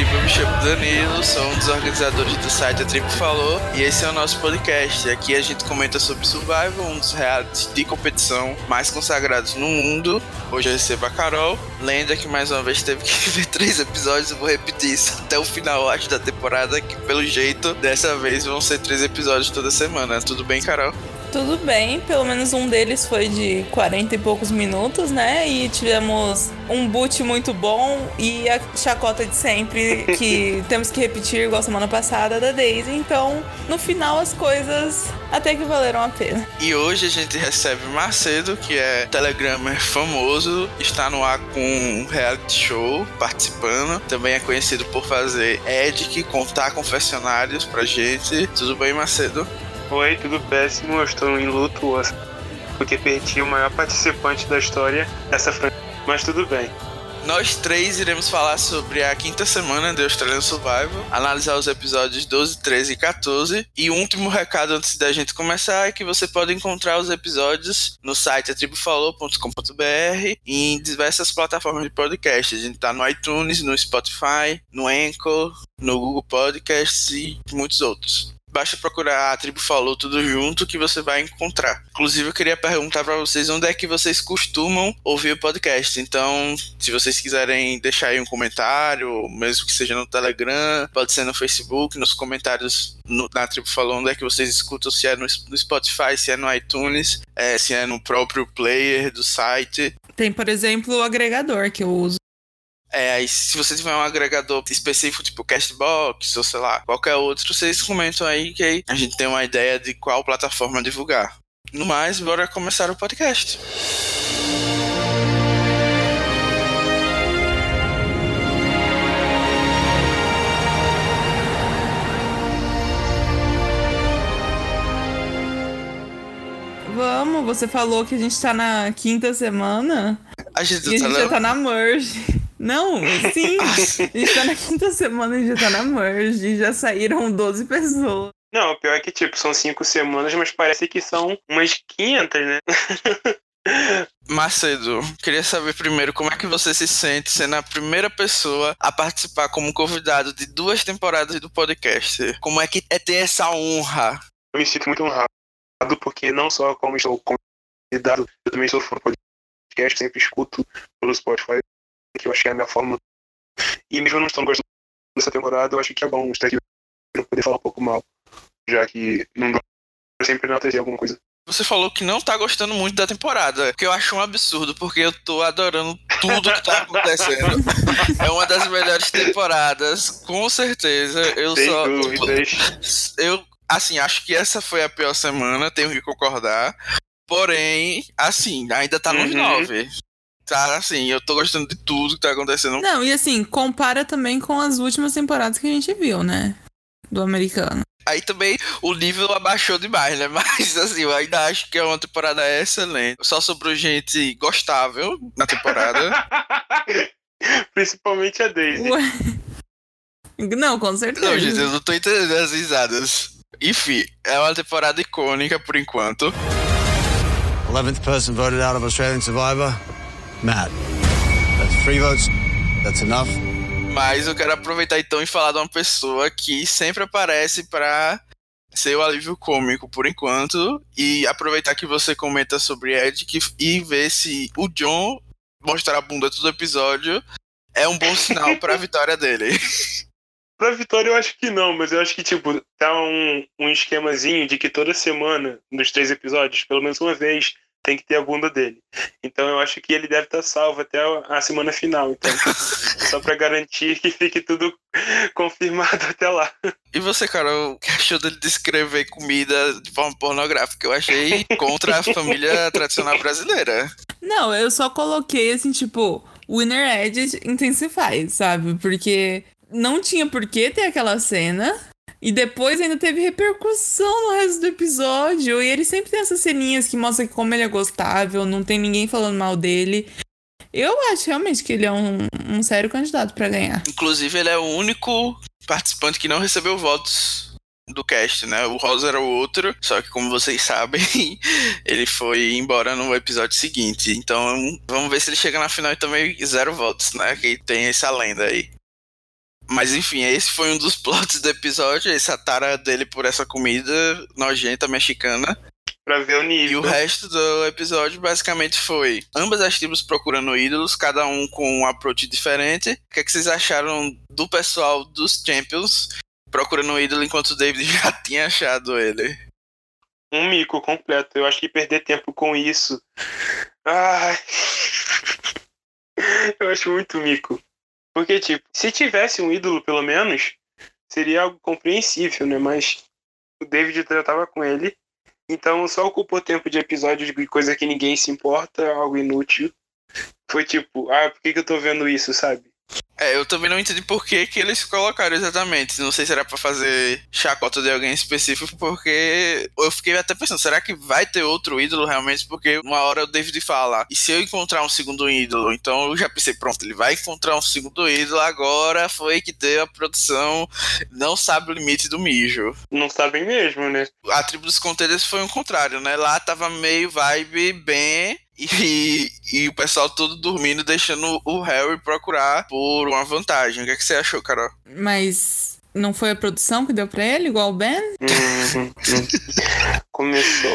Eu me chamo Danilo, sou um dos organizadores do site A Tribo Falou e esse é o nosso podcast. Aqui a gente comenta sobre Survival, um dos realities de competição mais consagrados no mundo. Hoje eu recebo a Carol, lenda que mais uma vez teve que ver 3 episódios. Eu vou repetir isso até o final, acho, da temporada, que pelo jeito, dessa vez vão ser 3 episódios toda semana. Tudo bem, Carol? Tudo bem, pelo menos um deles foi de 40 e poucos minutos, né? E tivemos um boot muito bom e a chacota de sempre, que temos que repetir igual semana passada, da Daisy. Então, no final, as coisas até que valeram a pena. E hoje a gente recebe Macedo, que é telegrammer famoso, está no ar com um reality show, participando. Também é conhecido por fazer Edic, contar confessionários pra gente. Tudo bem, Macedo? Oi, tudo péssimo, eu estou em luto porque perdi o maior participante da história dessa franquia, mas tudo bem. Nós 3 iremos falar sobre a 5ª semana de Australian Survival, analisar os episódios 12, 13 e 14. E o último recado antes da gente começar é que você pode encontrar os episódios no site atribufalou.com.br e em diversas plataformas de podcast. A gente tá no iTunes, no Spotify, no Anchor, no Google Podcasts e muitos outros. Basta procurar a Tribo Falou tudo junto que você vai encontrar. Inclusive, eu queria perguntar para vocês onde é que vocês costumam ouvir o podcast. Então, se vocês quiserem deixar aí um comentário, mesmo que seja no Telegram, pode ser no Facebook, nos comentários na Tribo Falou, onde é que vocês escutam, se é no Spotify, se é no iTunes, se é no próprio player do site. Tem, por exemplo, o agregador que eu uso. Aí se você tiver um agregador específico, tipo Castbox ou sei lá, qualquer outro, vocês comentam aí que aí a gente tem uma ideia de qual plataforma divulgar. No mais, bora começar o podcast. Vamos, você falou que a gente tá na 5ª semana A gente já tá na merge. Não, sim, a gente tá na 5ª semana e já tá na merge, já saíram 12 pessoas. Não, o pior é que, são 5 semanas, mas parece que são umas 500, né? Macedo, queria saber primeiro como é que você se sente sendo a primeira pessoa a participar como convidado de 2 temporadas do podcast. Como é que é ter essa honra? Eu me sinto muito honrado, porque não só como estou convidado, eu também sou fã do podcast, sempre escuto pelo Spotify, que eu acho que é a minha forma. E mesmo não estando gostando dessa temporada, eu acho que é bom estar aqui para poder falar um pouco mal, já que não dá pra sempre enaltecer alguma coisa. Você falou que não tá gostando muito da temporada, que eu acho um absurdo, porque eu tô adorando tudo que tá acontecendo. É uma das melhores temporadas, com certeza. Eu assim, acho que essa foi a pior semana, tenho que concordar. Porém, assim, ainda tá no 9. Tá, assim, eu tô gostando de tudo que tá acontecendo. Não, e assim, compara também com as últimas temporadas que a gente viu, né? Do americano. Aí também o nível abaixou demais, né? Mas assim, eu ainda acho que é uma temporada excelente. Só sobrou gente gostável na temporada. Principalmente a Daisy. Ué. Não, com certeza. Não, gente, eu não tô entendendo as risadas. Enfim, é uma temporada icônica por enquanto. 11th person voted out of Australian Survivor. Matt. That's 3 votes. That's enough. Mas eu quero aproveitar então e falar de uma pessoa que sempre aparece pra ser o alívio cômico por enquanto. E aproveitar que você comenta sobre Edic e ver se o John mostrar a bunda todo episódio é um bom sinal pra vitória dele. Pra vitória eu acho que não, mas eu acho que tá um esquemazinho de que toda semana, nos 3 episódios, pelo menos uma vez, tem que ter a bunda dele. Então eu acho que ele deve estar salvo até a semana final, então. Só pra garantir que fique tudo confirmado até lá. E você, Carol, o que achou dele descrever comida de forma pornográfica? Eu achei contra a família tradicional brasileira. Não, eu só coloquei assim, Winner Edit Intensify, sabe? Porque não tinha por que ter aquela cena. E depois ainda teve repercussão no resto do episódio. E ele sempre tem essas ceninhas que mostram como ele é gostável, não tem ninguém falando mal dele. Eu acho realmente que ele é um sério candidato pra ganhar. Inclusive, ele é o único participante que não recebeu votos do cast, né? O Rosa era o outro, só que como vocês sabem, ele foi embora no episódio seguinte. Então, vamos ver se ele chega na final e também 0 votos, né? Que tem essa lenda aí. Mas enfim, esse foi um dos plots do episódio, essa tara dele por essa comida nojenta mexicana. Pra ver o E o nível. resto do episódio basicamente foi ambas as tribos procurando ídolos, cada um com um approach diferente. O que é que vocês acharam do pessoal dos Champions procurando o ídolo enquanto o David já tinha achado ele? Um mico completo. Eu acho que perder tempo com isso. Ai. Eu acho muito mico. Porque, tipo, se tivesse um ídolo, pelo menos, seria algo compreensível, né? Mas o David já tava com ele. Então só ocupou tempo de episódio de coisa que ninguém se importa, algo inútil. Foi tipo, por que eu tô vendo isso, sabe? Eu também não entendi por que eles colocaram exatamente. Não sei se era pra fazer chacota de alguém específico, porque eu fiquei até pensando, será que vai ter outro ídolo realmente? Porque uma hora o David fala, e se eu encontrar um segundo ídolo? Então eu já pensei, pronto, ele vai encontrar um segundo ídolo, agora foi que deu a produção, não sabe o limite do mijo. Não sabem mesmo, né? A tribo dos contenders foi o contrário, né? Lá tava meio vibe bem... E o pessoal todo dormindo, deixando o Harry procurar por uma vantagem. O que é que você achou, Carol? Mas não foi a produção que deu pra ele, igual o Ben? Começou.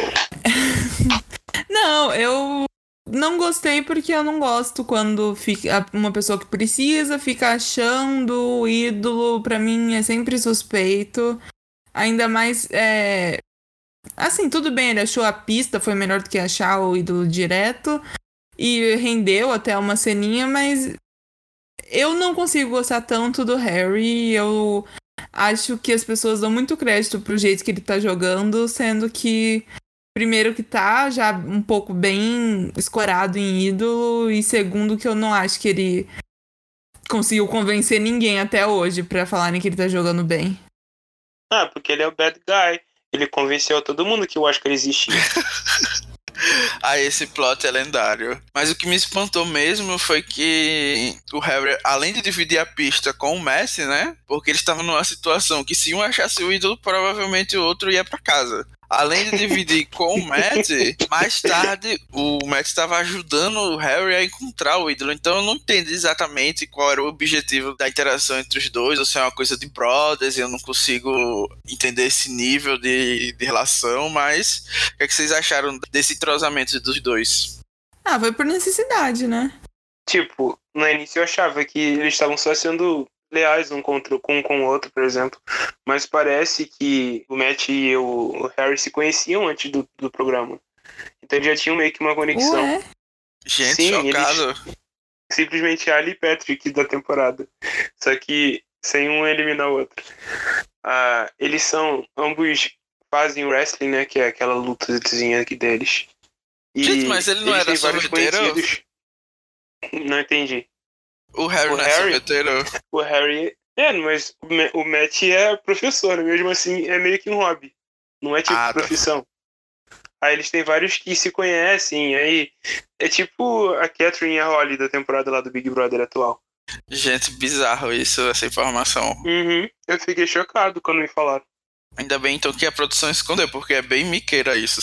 Não, eu não gostei porque eu não gosto quando fica uma pessoa que precisa fica achando o ídolo. Pra mim é sempre suspeito. Ainda mais, assim, tudo bem, ele achou a pista, foi melhor do que achar o ídolo direto. E rendeu até uma ceninha, mas eu não consigo gostar tanto do Harry. Eu acho que as pessoas dão muito crédito pro jeito que ele tá jogando, sendo que, primeiro, que tá já um pouco bem escorado em ídolo, e segundo, que eu não acho que ele conseguiu convencer ninguém até hoje pra falarem que ele tá jogando bem. Porque ele é o bad guy. Ele convenceu todo mundo que o Oscar existia. Esse plot é lendário. Mas o que me espantou mesmo foi que o Harry, além de dividir a pista com o Messi, né? Porque eles estavam numa situação que se um achasse o ídolo, provavelmente o outro ia pra casa. Além de dividir com o Matt, mais tarde o Matt estava ajudando o Harry a encontrar o ídolo. Então eu não entendi exatamente qual era o objetivo da interação entre os dois, ou se é uma coisa de brothers, eu não consigo entender esse nível de relação, mas o que é que vocês acharam desse entrosamento dos dois? Foi por necessidade, né? Tipo, no início eu achava que eles estavam só sendo leais um com o outro, por exemplo. Mas parece que o Matt e o Harry se conheciam antes do programa. Então eles já tinham meio que uma conexão. Ué? Gente, sim, chocado. Simplesmente Ali e Patrick da temporada. Só que sem um eliminar o outro. Eles são... Ambos fazem wrestling, né? Que é aquela lutazinha aqui deles. E gente, mas ele não eles era têm vários sorveteiro? conhecidos. Não entendi. O Harry não é sorveteiro? O Harry... mas o Matt é professor, né? Mesmo assim, é meio que um hobby. Não é tipo profissão. Aí eles têm vários que se conhecem, aí... É tipo a Catherine e a Holly da temporada lá do Big Brother atual. Gente, bizarro isso, essa informação. Eu fiquei chocado quando me falaram. Ainda bem então que a produção escondeu, porque é bem miqueira isso.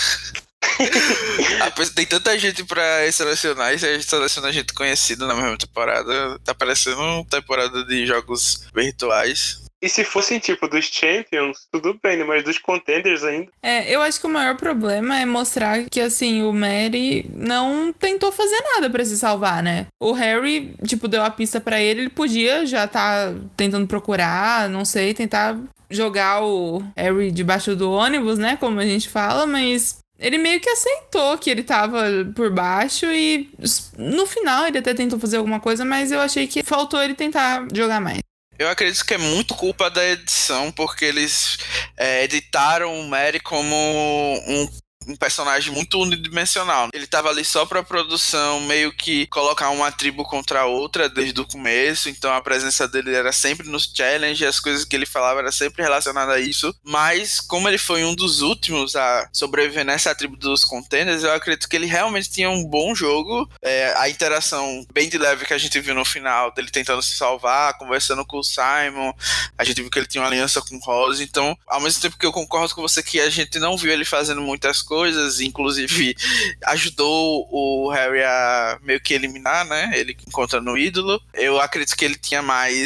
Tem tanta gente pra selecionar, e se a gente seleciona gente conhecida na mesma temporada, tá parecendo uma temporada de jogos virtuais. E se fossem tipo dos Champions, tudo bem, né? Mas dos Contenders ainda. Eu acho que o maior problema é mostrar que, assim, o Mary não tentou fazer nada pra se salvar, né? O Harry, tipo, deu a pista pra ele podia já tá tentando procurar, não sei, tentar jogar o Harry debaixo do ônibus, né? Como a gente fala, mas... ele meio que aceitou que ele tava por baixo e no final ele até tentou fazer alguma coisa, mas eu achei que faltou ele tentar jogar mais. Eu acredito que é muito culpa da edição, porque eles editaram o Mary como um personagem muito unidimensional. Ele tava ali só pra produção, meio que colocar uma tribo contra a outra desde o começo, então a presença dele era sempre nos challenges, as coisas que ele falava era sempre relacionada a isso, mas como ele foi um dos últimos a sobreviver nessa tribo dos contenders, eu acredito que ele realmente tinha um bom jogo. A interação bem de leve que a gente viu no final, dele tentando se salvar, conversando com o Simon, a gente viu que ele tinha uma aliança com o Rose, então ao mesmo tempo que eu concordo com você que a gente não viu ele fazendo muitas coisas, inclusive ajudou o Harry a meio que eliminar, né? Ele encontra no ídolo. Eu acredito que ele tinha mais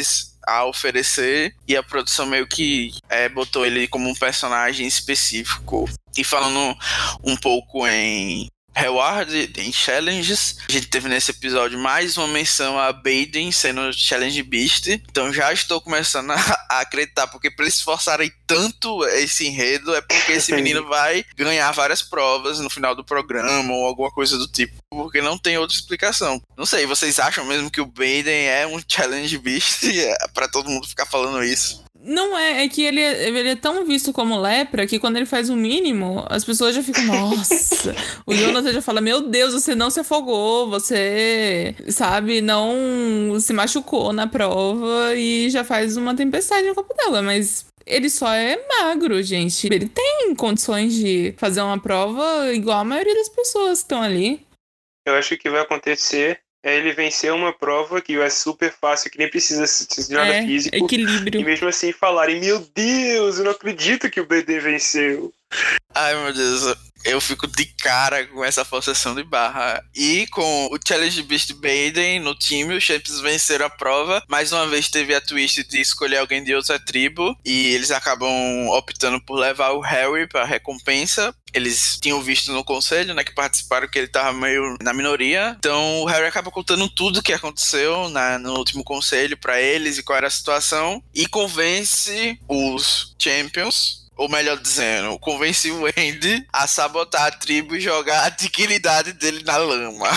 a oferecer, e a produção meio que botou ele como um personagem específico. E falando um pouco em Reward, em Challenges, a gente teve nesse episódio mais uma menção a Baden sendo Challenge Beast, então já estou começando a acreditar, porque para eles esforçarem tanto esse enredo, é porque esse menino vai ganhar várias provas no final do programa, ou alguma coisa do tipo, porque não tem outra explicação. Não sei, vocês acham mesmo que o Baden é um Challenge Beast para todo mundo ficar falando isso? Não é que ele é tão visto como lepra que quando ele faz o mínimo, as pessoas já ficam, nossa. O Jonathan já fala, meu Deus, você não se afogou, você, sabe, não se machucou na prova e já faz uma tempestade no copo d'água, mas ele só é magro, gente. Ele tem condições de fazer uma prova igual a maioria das pessoas que estão ali. Eu acho que o que vai acontecer é ele vencer uma prova que vai ser super fácil, que nem precisa de nada físico. Equilíbrio. E mesmo assim falarem, meu Deus, eu não acredito que o BD venceu. Ai, meu Deus, eu fico de cara com essa forçação de barra. E com o Challenge Beast Baden no time, os Champs venceram a prova. Mais uma vez teve a twist de escolher alguém de outra tribo, e eles acabam optando por levar o Harry pra recompensa. Eles tinham visto no conselho, né, que participaram, que ele tava meio na minoria. Então o Harry acaba contando tudo o que aconteceu no último conselho pra eles e qual era a situação, e convence os Champions, ou melhor dizendo, convence o Andy a sabotar a tribo e jogar a dignidade dele na lama.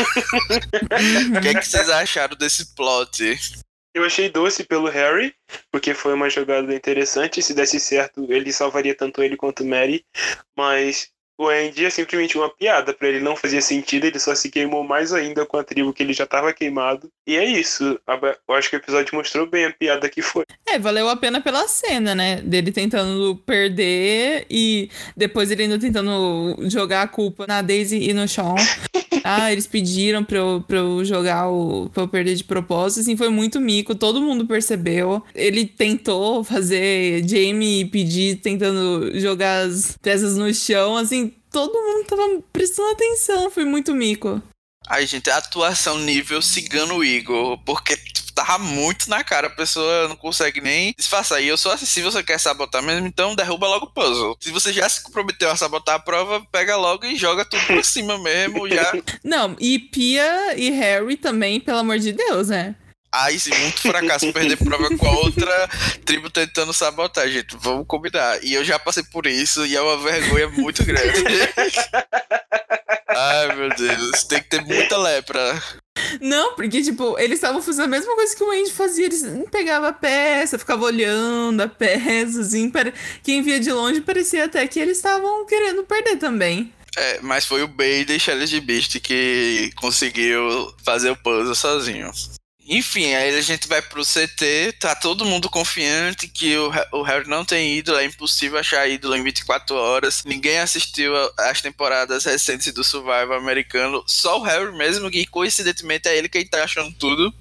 O que é que vocês acharam desse plot? Eu achei doce pelo Harry, porque foi uma jogada interessante. Se desse certo, ele salvaria tanto ele quanto Mary. Mas o Andy é simplesmente uma piada. Pra ele não fazia sentido, ele só se queimou mais ainda com a tribo que ele já tava queimado. E é isso. Eu acho que o episódio mostrou bem a piada que foi. Valeu a pena pela cena, né? Dele tentando perder e depois ele ainda tentando jogar a culpa na Daisy e no Sean. Eles pediram pra eu jogar pra eu perder de propósito. Assim, foi muito mico, todo mundo percebeu. Ele tentou fazer Jamie pedir, tentando jogar as peças no chão, assim, todo mundo tava prestando atenção, foi muito mico. Ai, gente, a atuação nível Cigano Igor, porque tava muito na cara, a pessoa não consegue nem disfarçar. E eu sou assim, se você quer sabotar mesmo, então derruba logo o puzzle. Se você já se comprometeu a sabotar a prova, pega logo e joga tudo pra cima mesmo, já. Não, e Pia e Harry também, pelo amor de Deus, né? Aí sim, muito fracasso perder prova com a outra tribo tentando sabotar, gente. Vamos combinar. E eu já passei por isso e é uma vergonha muito grande. Ai, meu Deus. Tem que ter muita lepra. Não, porque, tipo, eles estavam fazendo a mesma coisa que o Andy fazia. Eles pegavam a peça, ficavam olhando a peça, assim. Quem via de longe parecia até que eles estavam querendo perder também. Mas foi o Baden Challenge Beast que conseguiu fazer o puzzle sozinho. Enfim, aí a gente vai pro CT, tá todo mundo confiante que o Harry não tem ídolo, é impossível achar ídolo em 24 horas. Ninguém assistiu às temporadas recentes do Survival americano, só o Harry mesmo, que coincidentemente é ele quem tá achando tudo.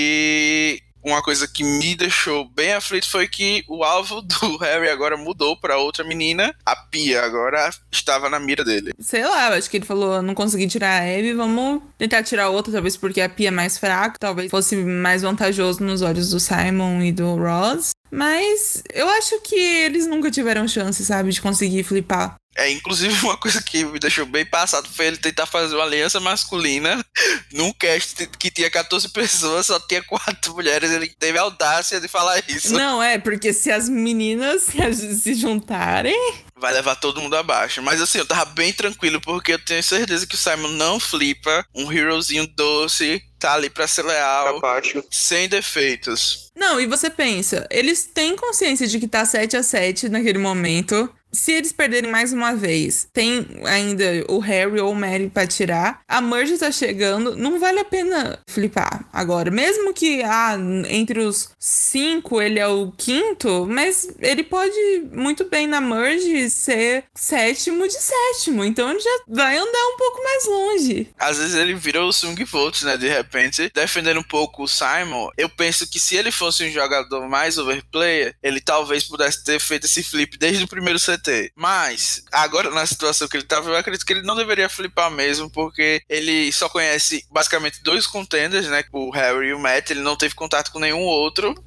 E uma coisa que me deixou bem aflito foi que o alvo do Harry agora mudou pra outra menina. A Pia agora estava na mira dele. Sei lá, eu acho que ele falou, não consegui tirar a Abby, vamos tentar tirar outra, talvez porque a Pia é mais fraca, talvez fosse mais vantajoso nos olhos do Simon e do Ross. Mas eu acho que eles nunca tiveram chance, sabe, de conseguir flipar. Inclusive uma coisa que me deixou bem passado foi ele tentar fazer uma aliança masculina num cast que tinha 14 pessoas, só tinha 4 mulheres, ele teve a audácia de falar isso. Não, porque se as meninas se juntarem... vai levar todo mundo abaixo. Mas assim, eu tava bem tranquilo, porque eu tenho certeza que o Simon não flipa, um herozinho doce, tá ali pra ser leal, sem defeitos. Não, e você pensa, eles têm consciência de que tá 7-7 naquele momento. Se eles perderem mais uma vez, tem ainda o Harry ou o Mary pra tirar. A Merge tá chegando, não vale a pena flipar agora. Mesmo que entre os 5 ele é o 5º, mas ele pode muito bem na Merge ser 7º de 7º. Então ele já vai andar um pouco mais longe. Às vezes ele vira o Sung Volt, né? De repente, defendendo um pouco o Simon. Eu penso que se ele fosse um jogador mais overplayer, ele talvez pudesse ter feito esse flip desde o primeiro CT. Mas, agora na situação que ele tava, eu acredito que ele não deveria flipar mesmo, porque ele só conhece basicamente 2 contenders, né? O Harry e o Matt, ele não teve contato com nenhum outro.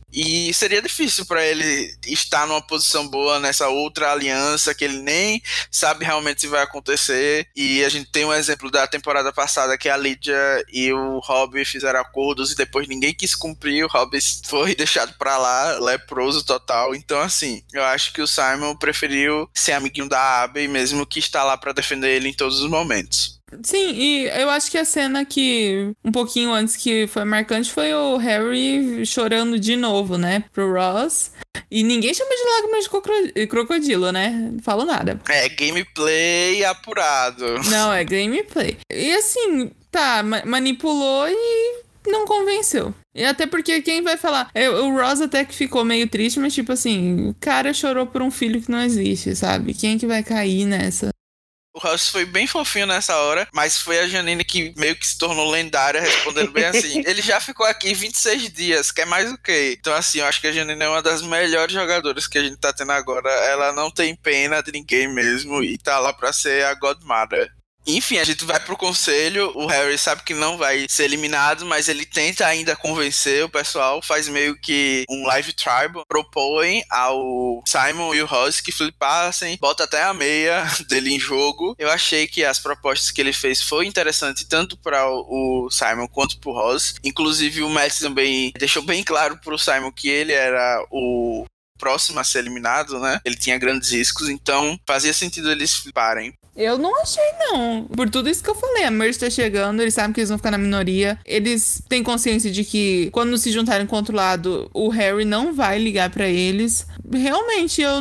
E seria difícil pra ele estar numa posição boa nessa outra aliança que ele nem sabe realmente se vai acontecer. E a gente tem um exemplo da temporada passada que a Lydia e o Robb fizeram acordos e depois ninguém quis cumprir, o Robb foi deixado pra lá, leproso total. Então assim, eu acho que o Simon preferiu ser amiguinho da Abby, mesmo que está lá pra defender ele em todos os momentos. Sim, e eu acho que a cena que, um pouquinho antes que foi marcante, foi o Harry chorando de novo, né, pro Ross. E ninguém chama de lágrimas de crocodilo, né? Não falo nada. É gameplay apurado. Não, é gameplay. E assim, tá, manipulou e não convenceu. E até porque quem vai falar... O Ross até que ficou meio triste, mas tipo assim, o cara chorou por um filho que não existe, sabe? Quem é que vai cair nessa? O Ross foi bem fofinho nessa hora, mas foi a Janine que meio que se tornou lendária, respondendo bem assim. Ele já ficou aqui 26 dias, quer mais o quê? Então assim, eu acho que a Janine é uma das melhores jogadoras que a gente tá tendo agora. Ela não tem pena de ninguém mesmo e tá lá pra ser a Godmother. Enfim, a gente vai pro conselho, o Harry sabe que não vai ser eliminado, mas ele tenta ainda convencer o pessoal, faz meio que um live tribal, propõe ao Simon e o Ross que flipassem, bota até a meia dele em jogo. Eu achei que as propostas que ele fez foi interessante tanto para o Simon quanto pro Ross. Inclusive o Matt também deixou bem claro pro Simon que ele era o próximo a ser eliminado, né? Ele tinha grandes riscos, então fazia sentido eles fliparem. Eu não achei, não. Por tudo isso que eu falei, a Mercy tá chegando, eles sabem que eles vão ficar na minoria. Eles têm consciência de que, quando se juntarem com o outro lado, o Harry não vai ligar pra eles. Realmente, eu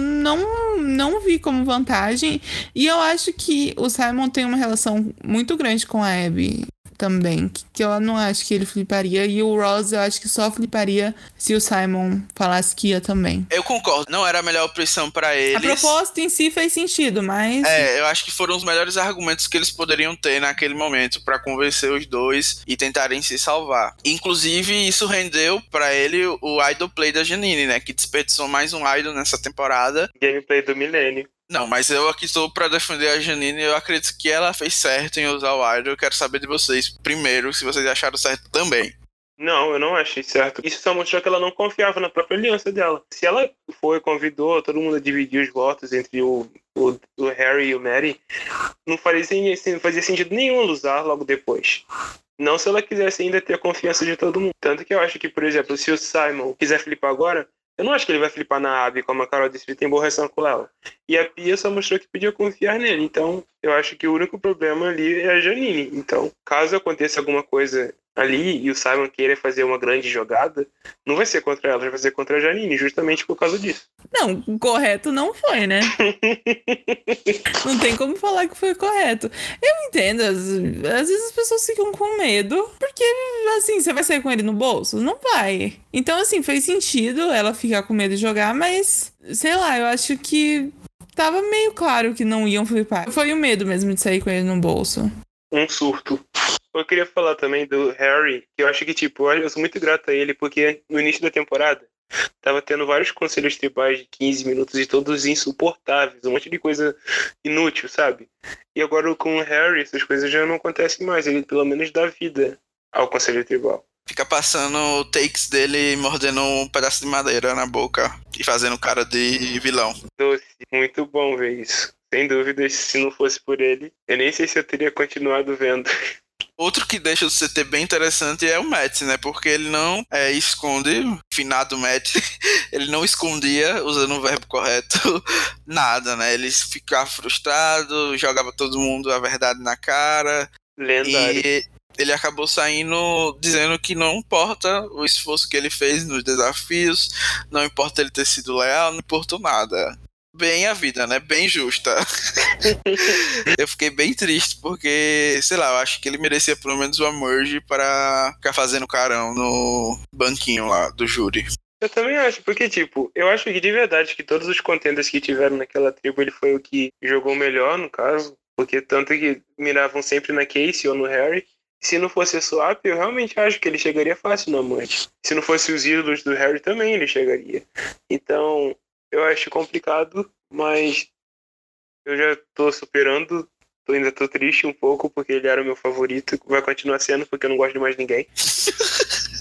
não vi como vantagem. E eu acho que o Simon tem uma relação muito grande com a Abby também, que eu não acho que ele fliparia. E o Ross, eu acho que só fliparia se o Simon falasse que ia também. Eu concordo, não era a melhor opção pra eles. A proposta em si fez sentido, mas... eu acho que foram os melhores argumentos que eles poderiam ter naquele momento pra convencer os dois e tentarem se salvar. Inclusive, isso rendeu pra ele o idol play da Janine, né? Que desperdiçou mais um idol nessa temporada. Gameplay do milênio. Não, mas eu aqui estou pra defender a Janine. Eu acredito que ela fez certo em usar o idol. Eu quero saber de vocês primeiro, se vocês acharam certo também. Não, eu não achei certo. Isso só mostrou que ela não confiava na própria aliança dela. Se ela foi, convidou todo mundo a dividir os votos entre o Harry e o Mary, não fazia sentido nenhum usar logo depois. Não se ela quisesse ainda ter a confiança de todo mundo. Tanto que eu acho que, por exemplo, se o Simon quiser flipar agora, eu não acho que ele vai flipar na Abby, como a Carol disse, ele tem boa relação com ela. E a Pia só mostrou que podia confiar nele. Então, eu acho que o único problema ali é a Janine. Então, caso aconteça alguma coisa ali e o Simon queira fazer uma grande jogada, não vai ser contra ela, vai ser contra a Janine, justamente por causa disso. Não, correto não foi, né? Não tem como falar que foi correto. Eu entendo, às vezes as pessoas ficam com medo, porque, assim, você vai sair com ele no bolso? Não vai. Então, assim, fez sentido ela ficar com medo de jogar, mas, sei lá, eu acho que tava meio claro que não iam flipar. Foi o medo mesmo de sair com ele no bolso. Um surto. Eu queria falar também do Harry, que eu acho que, tipo, eu sou muito grato a ele, porque no início da temporada tava tendo vários conselhos tribais de 15 minutos e todos insuportáveis, um monte de coisa inútil, sabe? E agora com o Harry, essas coisas já não acontecem mais, ele pelo menos dá vida ao conselho tribal. Fica passando takes dele mordendo um pedaço de madeira na boca e fazendo cara de vilão. Doce, muito bom ver isso. Sem dúvidas, se não fosse por ele, eu nem sei se eu teria continuado vendo. Outro que deixa o CT bem interessante é o Matt, né? Porque ele não esconde, finado Matt, ele não escondia, usando o verbo correto, nada, né? Ele ficava frustrado, jogava todo mundo a verdade na cara. Lendário. E ele acabou saindo dizendo que não importa o esforço que ele fez nos desafios, não importa ele ter sido leal, não importa nada. Bem a vida, né? Bem justa. Eu fiquei bem triste porque, sei lá, eu acho que ele merecia pelo menos uma merge para ficar fazendo carão no banquinho lá do júri. Eu também acho, porque, tipo, eu acho que de verdade que todos os contenders que tiveram naquela tribo, ele foi o que jogou melhor, no caso, porque tanto que miravam sempre na Casey ou no Harry. Se não fosse o Swap, eu realmente acho que ele chegaria fácil no Amante. Se não fosse os ídolos do Harry também, ele chegaria. Então, eu acho complicado, mas eu já tô superando, ainda tô triste um pouco, porque ele era o meu favorito, vai continuar sendo, porque eu não gosto de mais ninguém.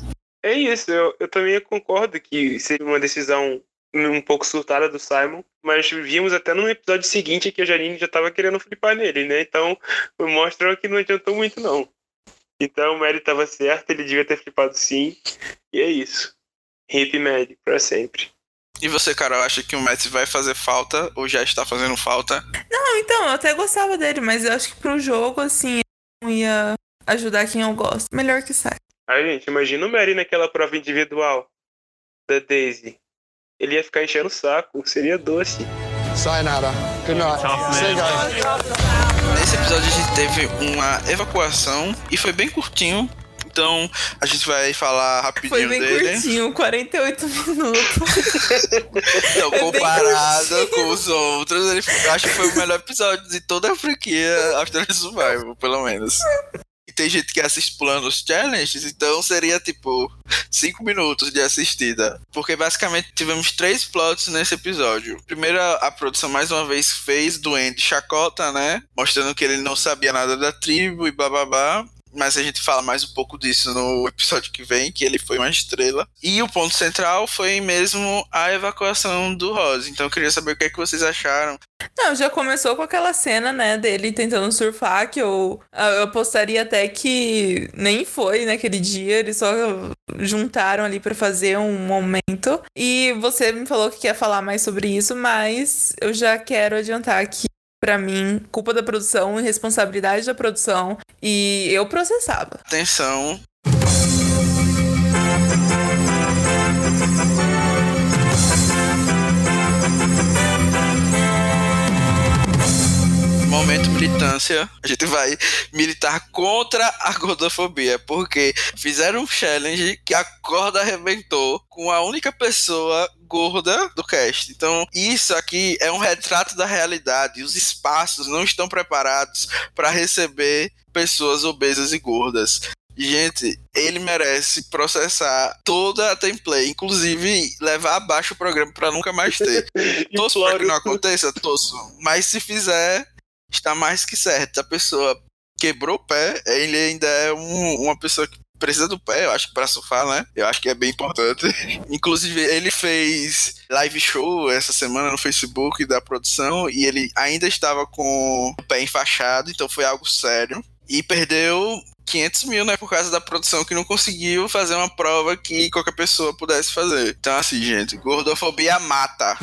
É isso, eu também concordo que seria uma decisão um pouco surtada do Simon, mas vimos até no episódio seguinte que a Janine já tava querendo flipar nele, né? Então mostra que não adiantou muito, não. Então o Mary tava certo, ele devia ter flipado sim, e é isso. Hip Mary, pra sempre. E você, Carol, acha que o Matt vai fazer falta ou já está fazendo falta? Não, então, eu até gostava dele, mas eu acho que pro jogo, assim, eu não ia ajudar quem eu gosto. Melhor que sai. Aí, gente, imagina o Mary naquela prova individual da Daisy. Ele ia ficar enchendo o saco, seria doce. Sayonara. Good night. See you guys. Nesse episódio a gente teve uma evacuação e foi bem curtinho. Então a gente vai falar rapidinho Foi bem dele. curtinho, 48 minutos. Então, É bem comparado curtinho. com os outros, eu acho que foi o melhor episódio de toda a franquia After Survival, pelo menos. E tem gente que assiste pulando os challenges, então seria tipo 5 minutos de assistida. Porque basicamente tivemos 3 plots nesse episódio. Primeiro, a produção mais uma vez fez do Andy chacota, né? Mostrando que ele não sabia nada da tribo e bababá. Mas a gente fala mais um pouco disso no episódio que vem, que ele foi uma estrela. E o ponto central foi mesmo a evacuação do Ross. Então eu queria saber o que é que vocês acharam. Não, já começou com aquela cena, né, dele tentando surfar, que eu apostaria até que nem foi naquele dia, eles só juntaram ali pra fazer um momento. E você me falou que quer falar mais sobre isso, mas eu já quero adiantar que, pra mim, culpa da produção e responsabilidade da produção, e eu processava. Atenção. Momento militância. A gente vai militar contra a gordofobia, porque fizeram um challenge que a corda arrebentou com a única pessoa gorda do cast. Então, isso aqui é um retrato da realidade. Os espaços não estão preparados para receber pessoas obesas e gordas. Gente, ele merece processar toda a template, inclusive levar abaixo o programa para nunca mais ter. Torço para que não aconteça, torço. Mas se fizer, está mais que certo. A pessoa quebrou o pé, ele ainda é uma pessoa que precisa do pé, eu acho que pra surfar, né? Eu acho que é bem importante. Inclusive, ele fez live show essa semana no Facebook da produção e ele ainda estava com o pé enfaixado, então foi algo sério. E perdeu 500 mil, né? Por causa da produção que não conseguiu fazer uma prova que qualquer pessoa pudesse fazer. Então, assim, gente, gordofobia mata.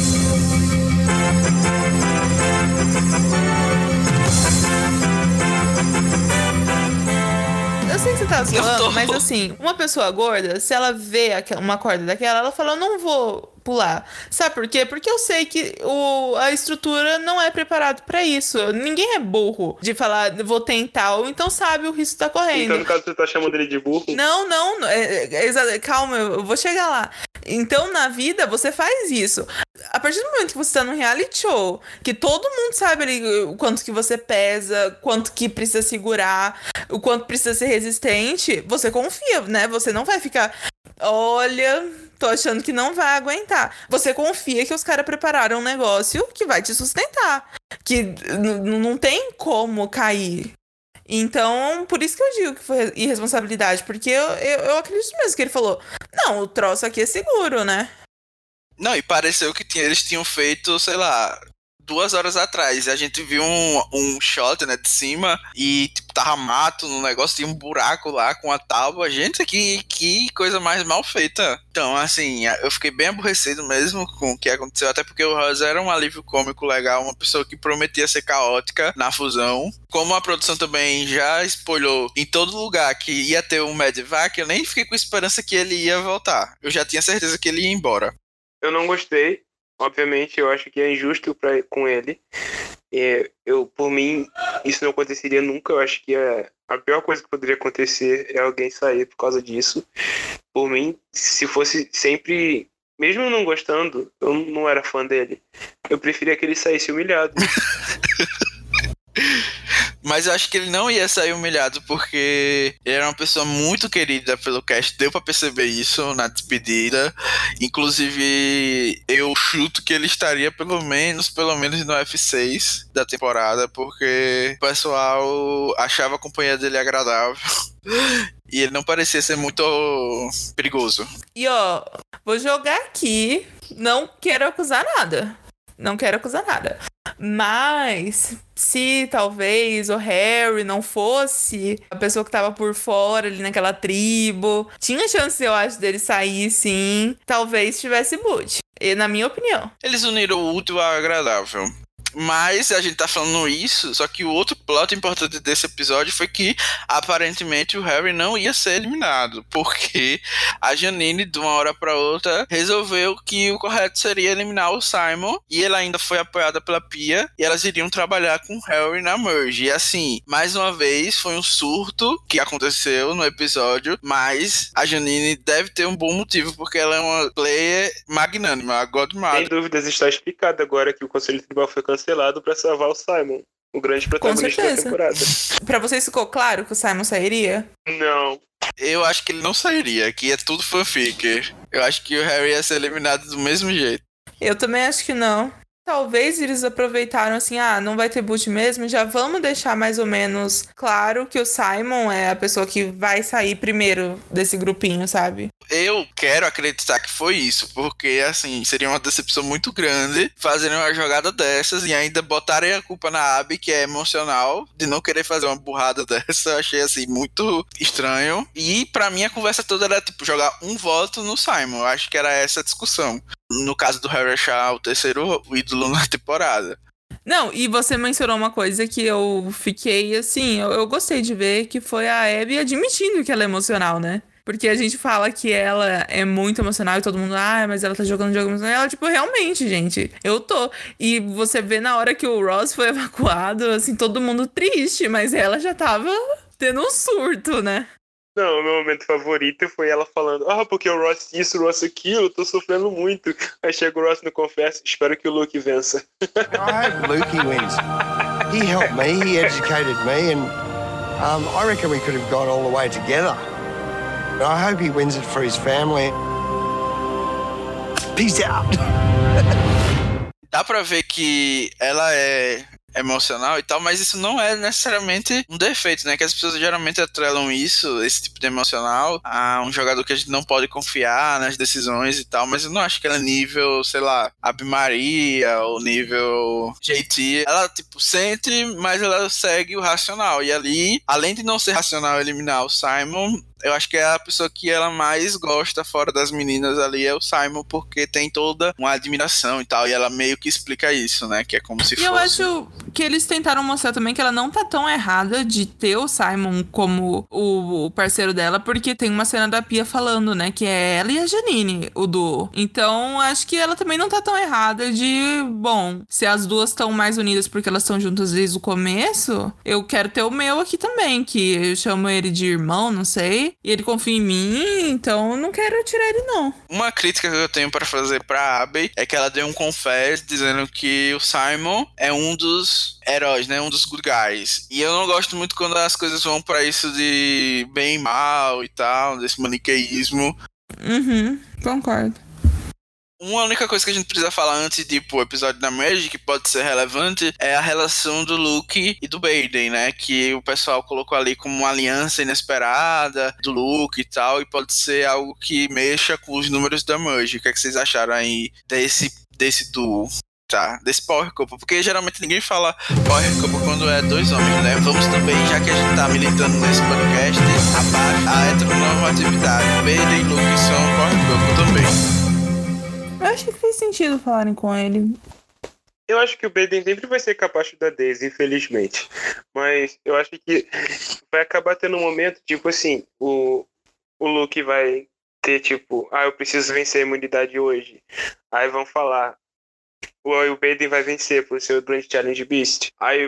Eu sei que você tá Eu zoando, tô. mas assim, uma pessoa gorda, se ela vê uma corda daquela, ela fala, eu não vou pular. Sabe por quê? Porque eu sei que a estrutura não é preparada pra isso. Ninguém é burro de falar, vou tentar, ou então sabe o risco que tá correndo. Então, no caso, você tá chamando ele de burro? Não, calma, eu vou chegar lá. Então, na vida, você faz isso. A partir do momento que você tá num reality show, que todo mundo sabe ali o quanto que você pesa, quanto que precisa segurar, o quanto precisa ser resistente, você confia, né? Você não vai ficar, olha, tô achando que não vai aguentar. Você confia que os caras prepararam um negócio que vai te sustentar, que não tem como cair. Então, por isso que eu digo que foi irresponsabilidade, porque eu acredito mesmo que ele falou, não, o troço aqui é seguro, né? Não, e pareceu que eles tinham feito, sei lá, 2 horas atrás. A gente viu um shot, né, de cima e tipo, tava mato no negócio, tinha um buraco lá com a tábua. Gente, que coisa mais mal feita. Então, assim, eu fiquei bem aborrecido mesmo com o que aconteceu, até porque o Ross era um alívio cômico legal, uma pessoa que prometia ser caótica na fusão. Como a produção também já espalhou em todo lugar que ia ter um Medivac, eu nem fiquei com esperança que ele ia voltar. Eu já tinha certeza que ele ia embora. Eu não gostei. Obviamente, eu acho que é injusto com ele. Por mim, isso não aconteceria nunca. Eu acho que a pior coisa que poderia acontecer é alguém sair por causa disso. Por mim, se fosse sempre... Mesmo não gostando, eu não era fã dele. Eu preferia que ele saísse humilhado. Mas eu acho que ele não ia sair humilhado, porque ele era uma pessoa muito querida pelo cast, deu pra perceber isso na despedida. Inclusive, eu chuto que ele estaria pelo menos no F6 da temporada, porque o pessoal achava a companhia dele agradável. E ele não parecia ser muito perigoso. E ó, vou jogar aqui. Não quero acusar nada. Mas se talvez o Harry não fosse a pessoa que tava por fora ali naquela tribo, tinha chance, eu acho, dele sair, sim. Talvez tivesse boot. Na minha opinião. Eles uniram o útil ao agradável. Mas a gente tá falando isso, só que o outro plot importante desse episódio foi que aparentemente o Harry não ia ser eliminado, porque a Janine, de uma hora pra outra, resolveu que o correto seria eliminar o Simon, e ela ainda foi apoiada pela Pia, e elas iriam trabalhar com o Harry na Merge. E assim, mais uma vez, foi um surto que aconteceu no episódio, mas a Janine deve ter um bom motivo, porque ela é uma player magnânima, a Godmother. Sem dúvidas, está explicado agora que o Conselho Tribal foi cancelado para salvar o Simon, o grande protagonista da temporada. Pra vocês ficou claro que o Simon sairia? Não. Eu acho que ele não sairia, que é tudo fanfic. Eu acho que o Harry ia ser eliminado do mesmo jeito. Eu também acho que não. Talvez eles aproveitaram assim, não vai ter boot mesmo, já vamos deixar mais ou menos claro que o Simon é a pessoa que vai sair primeiro desse grupinho, sabe? Eu quero acreditar que foi isso, porque assim, seria uma decepção muito grande fazerem uma jogada dessas e ainda botarem a culpa na Abby, que é emocional, de não querer fazer uma burrada dessa. Eu achei assim, muito estranho. E pra mim a conversa toda era tipo, jogar um voto no Simon. Eu acho que era essa a discussão. No caso do Harry achar o terceiro ídolo na temporada. Não, e você mencionou uma coisa que eu fiquei assim, eu gostei de ver, que foi a Abby admitindo que ela é emocional, né? Porque a gente fala que ela é muito emocional e todo mundo, mas ela tá jogando jogo emocional. Ela, tipo, realmente, gente, eu tô. E você vê na hora que o Ross foi evacuado, assim, todo mundo triste, mas ela já tava tendo um surto, né? Não, o meu momento favorito foi ela falando, porque o Ross isso, o Ross aquilo, eu tô sofrendo muito. Aí chega o Ross no confesso, espero que o Luke vença. I hope Lukey wins. He helped me, he educated me, and I reckon we could have gone all the way together. I hope he wins it for his family. Peace out. Dá pra ver que ela é emocional e tal, mas isso não é necessariamente um defeito, né? Que as pessoas geralmente atrelam isso, esse tipo de emocional, a um jogador que a gente não pode confiar nas decisões e tal, mas eu não acho que ela é nível, sei lá, Ave Maria ou nível JT. Ela, tipo, sente, mas ela segue o racional. E ali, além de não ser racional eliminar o Simon, eu acho que é a pessoa que ela mais gosta fora das meninas ali é o Simon, porque tem toda uma admiração e tal, e ela meio que explica isso, né, que é como se fosse... eu acho que eles tentaram mostrar também que ela não tá tão errada de ter o Simon como o parceiro dela, porque tem uma cena da Pia falando, né, que é ela e a Janine, o duo. Então, acho que ela também não tá tão errada de, bom, se as duas estão mais unidas porque elas estão juntas desde o começo, eu quero ter o meu aqui também, que eu chamo ele de irmão, não sei, e ele confia em mim, então eu não quero tirar ele, não. Uma crítica que eu tenho pra fazer pra Abby é que ela deu um confess dizendo que o Simon é um dos heróis, né? Um dos good guys. E eu não gosto muito quando as coisas vão pra isso de bem e mal e tal, desse maniqueísmo. Concordo. Uma única coisa que a gente precisa falar antes de ir pro episódio da Merge, que pode ser relevante, é a relação do Luke e do Baden, né? Que o pessoal colocou ali como uma aliança inesperada do Luke e tal, e pode ser algo que mexa com os números da Merge. O que é que vocês acharam aí desse duo? Tá, desse Power Couple, porque geralmente ninguém fala Power Couple quando é dois homens, né? Vamos também, já que a gente tá militando nesse podcast, a heteronormatividade. Baden e Luke são Power Couple também. Eu acho que fez sentido falarem com ele. Eu acho que o Baden sempre vai ser capacho da Daisy, infelizmente. Mas eu acho que vai acabar tendo um momento, tipo assim, o Luke vai ter, tipo, eu preciso vencer a imunidade hoje. Aí vão falar, o Baden vai vencer por ser o Grand Challenge Beast. Aí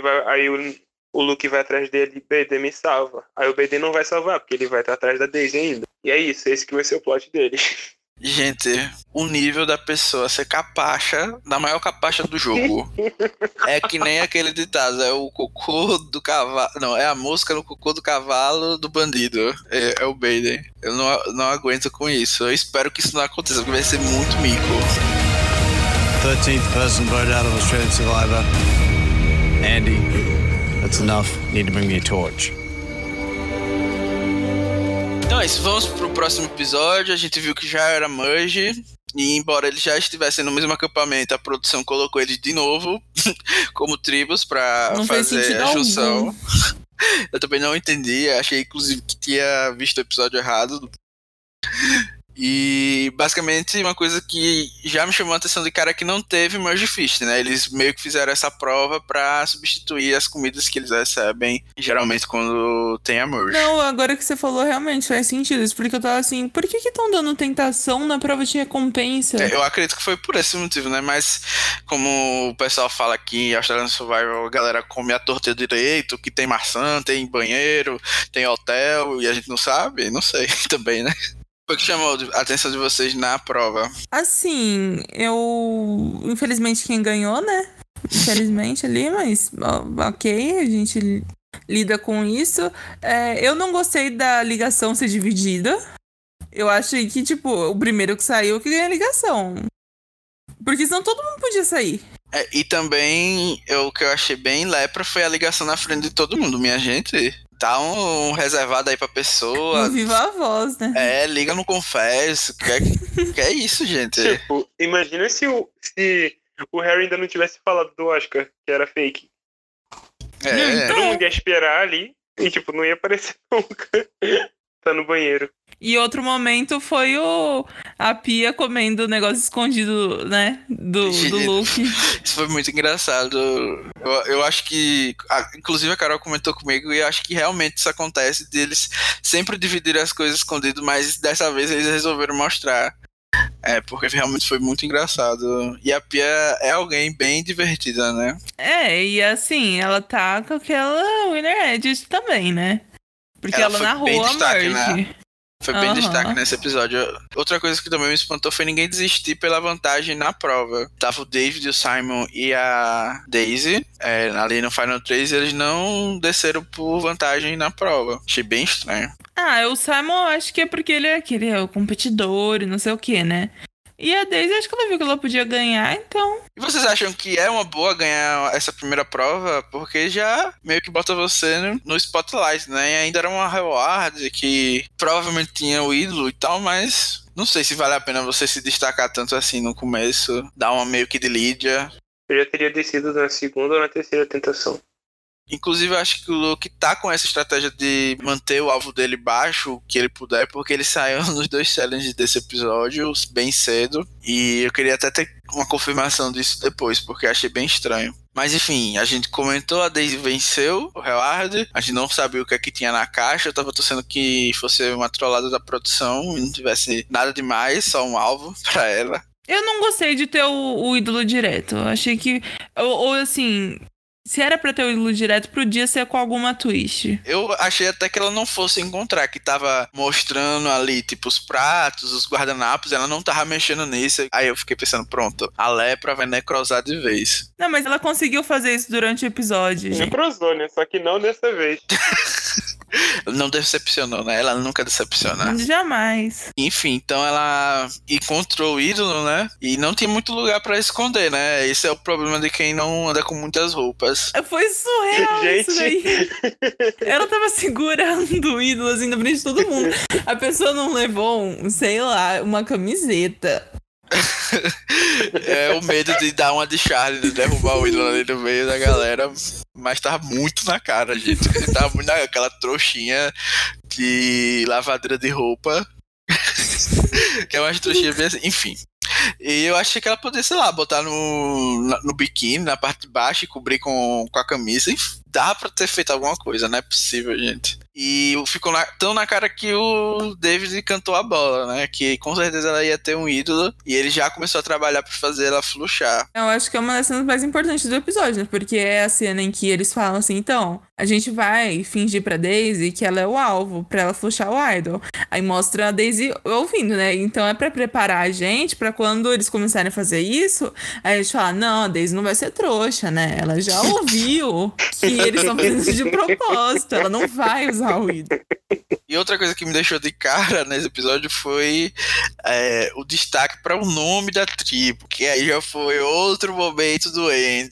o Luke vai atrás dele, Baden me salva. Aí o Baden não vai salvar, porque ele vai estar atrás da Daisy ainda. E é isso, esse que vai ser o plot dele. Gente, o nível da pessoa ser capacha, da maior capacha do jogo. É que nem aquele ditado, é o cocô do cavalo. Não, é a mosca no cocô do cavalo do bandido. É o Baden. Eu não aguento com isso. Eu espero que isso não aconteça, porque vai ser muito mico. 13th person voted out of Australian Survivor. Andy, that's enough. Need to bring me a torch. Então é isso, vamos pro próximo episódio. A gente viu que já era merge. E embora eles já estivessem no mesmo acampamento, a produção colocou eles de novo como tribos pra Não fez fazer sentido a junção. algum. Eu também não entendi, achei inclusive que tinha visto o episódio errado. E basicamente uma coisa que já me chamou a atenção de cara que não teve Merge Feast, né? Eles meio que fizeram essa prova pra substituir as comidas que eles recebem geralmente quando tem a Merge. Não, agora que você falou, realmente faz sentido isso. Porque eu tava assim, por que estão dando tentação na prova de recompensa? Eu acredito que foi por esse motivo, né? Mas como o pessoal fala aqui, Australian Survival, a galera come a torta direito, que tem maçã, tem banheiro, tem hotel, e a gente não sabe, não sei também, né? Foi o que chamou a atenção de vocês na prova? Assim, infelizmente quem ganhou, né? Infelizmente ali, mas ok, a gente lida com isso. Eu não gostei da ligação ser dividida. Eu achei que, tipo, o primeiro que saiu que ganha a ligação. Porque senão todo mundo podia sair. E também, o que eu achei bem lepra foi a ligação na frente de todo mundo, minha gente. Dá um reservado aí pra pessoa. No Viva a Voz, né? Liga no Confesso. Que é isso, gente? Tipo, imagina se o Harry ainda não tivesse falado do Oscar, que era fake. Todo mundo ia esperar ali e, tipo, não ia aparecer nunca. Tá no banheiro. E outro momento foi a Pia comendo o negócio escondido, né? Do Luke. Isso foi muito engraçado. Eu acho que... inclusive a Carol comentou comigo e eu acho que realmente isso acontece deles sempre dividirem as coisas escondidas, mas dessa vez eles resolveram mostrar. Porque realmente foi muito engraçado. E a Pia é alguém bem divertida, né? E assim, ela tá com aquela Winner Edge também, né? Porque ela narrou a merge. Né? Foi bem destaque nesse episódio. Outra coisa que também me espantou foi ninguém desistir pela vantagem na prova. Tava o David, o Simon e a Daisy ali no Final 3, eles não desceram por vantagem na prova. Achei bem estranho. O Simon acho que é porque ele é o competidor e não sei o que, né? E a Daisy, acho que ela viu que ela podia ganhar, então... E vocês acham que é uma boa ganhar essa primeira prova? Porque já meio que bota você no spotlight, né? E ainda era uma reward que provavelmente tinha o ídolo e tal, mas... Não sei se vale a pena você se destacar tanto assim no começo. Dar uma meio que de Lídia. Eu já teria descido na segunda ou na terceira tentação. Inclusive, eu acho que o Luke tá com essa estratégia de manter o alvo dele baixo, o que ele puder, porque ele saiu nos 2 challenges desse episódio, bem cedo. E eu queria até ter uma confirmação disso depois, porque eu achei bem estranho. Mas enfim, a gente comentou, a Daisy venceu o reward, a gente não sabia o que é que tinha na caixa, eu tava torcendo que fosse uma trollada da produção e não tivesse nada demais, só um alvo pra ela. Eu não gostei de ter o ídolo direto, eu achei que... Ou assim... Se era pra ter o ídolo direto, podia ser com alguma twist. Eu achei até que ela não fosse encontrar, que tava mostrando ali, tipo, os pratos, os guardanapos, ela não tava mexendo nisso. Aí eu fiquei pensando, pronto, a lepra vai necrosar de vez. Não, mas ela conseguiu fazer isso durante o episódio. Necrosou, né? Só que não dessa vez. Não decepcionou, né? Ela nunca decepciona. Jamais. Enfim, então ela encontrou o ídolo, né? E não tem muito lugar pra esconder, né? Esse é o problema de quem não anda com muitas roupas. Foi surreal Gente. isso daí. Ela tava segurando o ídolo assim na frente de todo mundo. A pessoa não levou, sei lá, uma camiseta. É o medo de dar uma de Charlie, de derrubar o ídolo ali no meio da galera. Mas tava muito na cara, gente. Tava muito naquela trouxinha de lavadeira de roupa. Que é uma trouxinha bem assim. Enfim. E eu achei que ela poderia, sei lá, botar no biquíni, na parte de baixo e cobrir com a camisa. Enfim, dá pra ter feito alguma coisa, não é possível, gente. E ficou tão na cara que o David cantou a bola, né? Que com certeza ela ia ter um ídolo. E ele já começou a trabalhar pra fazer ela fluxar. Eu acho que é uma das cenas mais importantes do episódio, né? Porque é a cena em que eles falam assim, então, a gente vai fingir pra Daisy que ela é o alvo, pra ela fluxar o idol. Aí mostra a Daisy ouvindo, né? Então é pra preparar a gente pra quando eles começarem a fazer isso, aí a gente fala, não, a Daisy não vai ser trouxa, né? Ela já ouviu que eles estão fazendo isso de propósito, ela não vai usar o ídolo. E outra coisa que me deixou de cara nesse episódio foi o destaque para o nome da tribo, que aí já foi outro momento do Andy,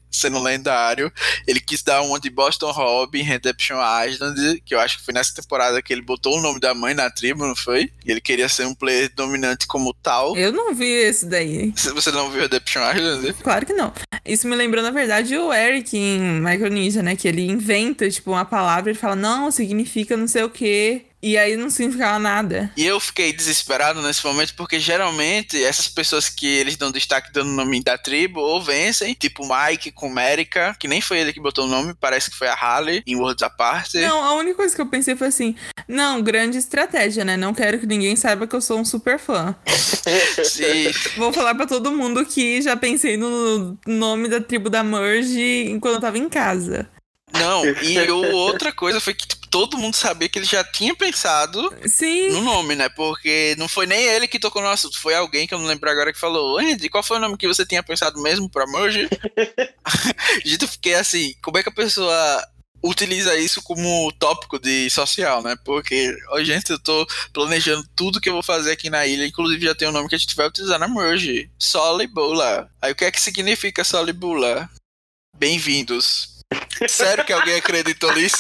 sendo lendário. Ele quis dar uma de Boston Rob em Redemption Island, que eu acho que foi nessa temporada que ele botou o nome da mãe na tribo, não foi? E ele queria ser um player dominante como tal. Eu não vi esse daí. Você não viu Redemption Island? Claro que não. Isso me lembrou, na verdade, o Eric em Micronesia, né? Que ele inventa, tipo, uma palavra e fala, não, significa não sei o quê. E aí não significava nada. E eu fiquei desesperado nesse momento, porque geralmente essas pessoas que eles dão destaque dando o nome da tribo, ou vencem, tipo Mike com Merica, que nem foi ele que botou o nome, parece que foi a Halle, em Worlds Apart. Não, a única coisa que eu pensei foi assim, não, grande estratégia, né? Não quero que ninguém saiba que eu sou um super fã. Sim. Vou falar pra todo mundo que já pensei no nome da tribo da Merge enquanto eu tava em casa. Não, e outra coisa foi que tipo, todo mundo sabia que ele já tinha pensado Sim. no nome, né? Porque não foi nem ele que tocou no assunto, foi alguém que eu não lembro agora que falou, Andy, qual foi o nome que você tinha pensado mesmo pra Merge? Gente, eu fiquei assim, como é que a pessoa utiliza isso como tópico de social, né? Porque, gente, eu tô planejando tudo que eu vou fazer aqui na ilha, inclusive já tem um nome que a gente vai utilizar na Merge, Solibula. Aí o que é que significa Solibula? Bem-vindos. Sério que alguém acreditou nisso?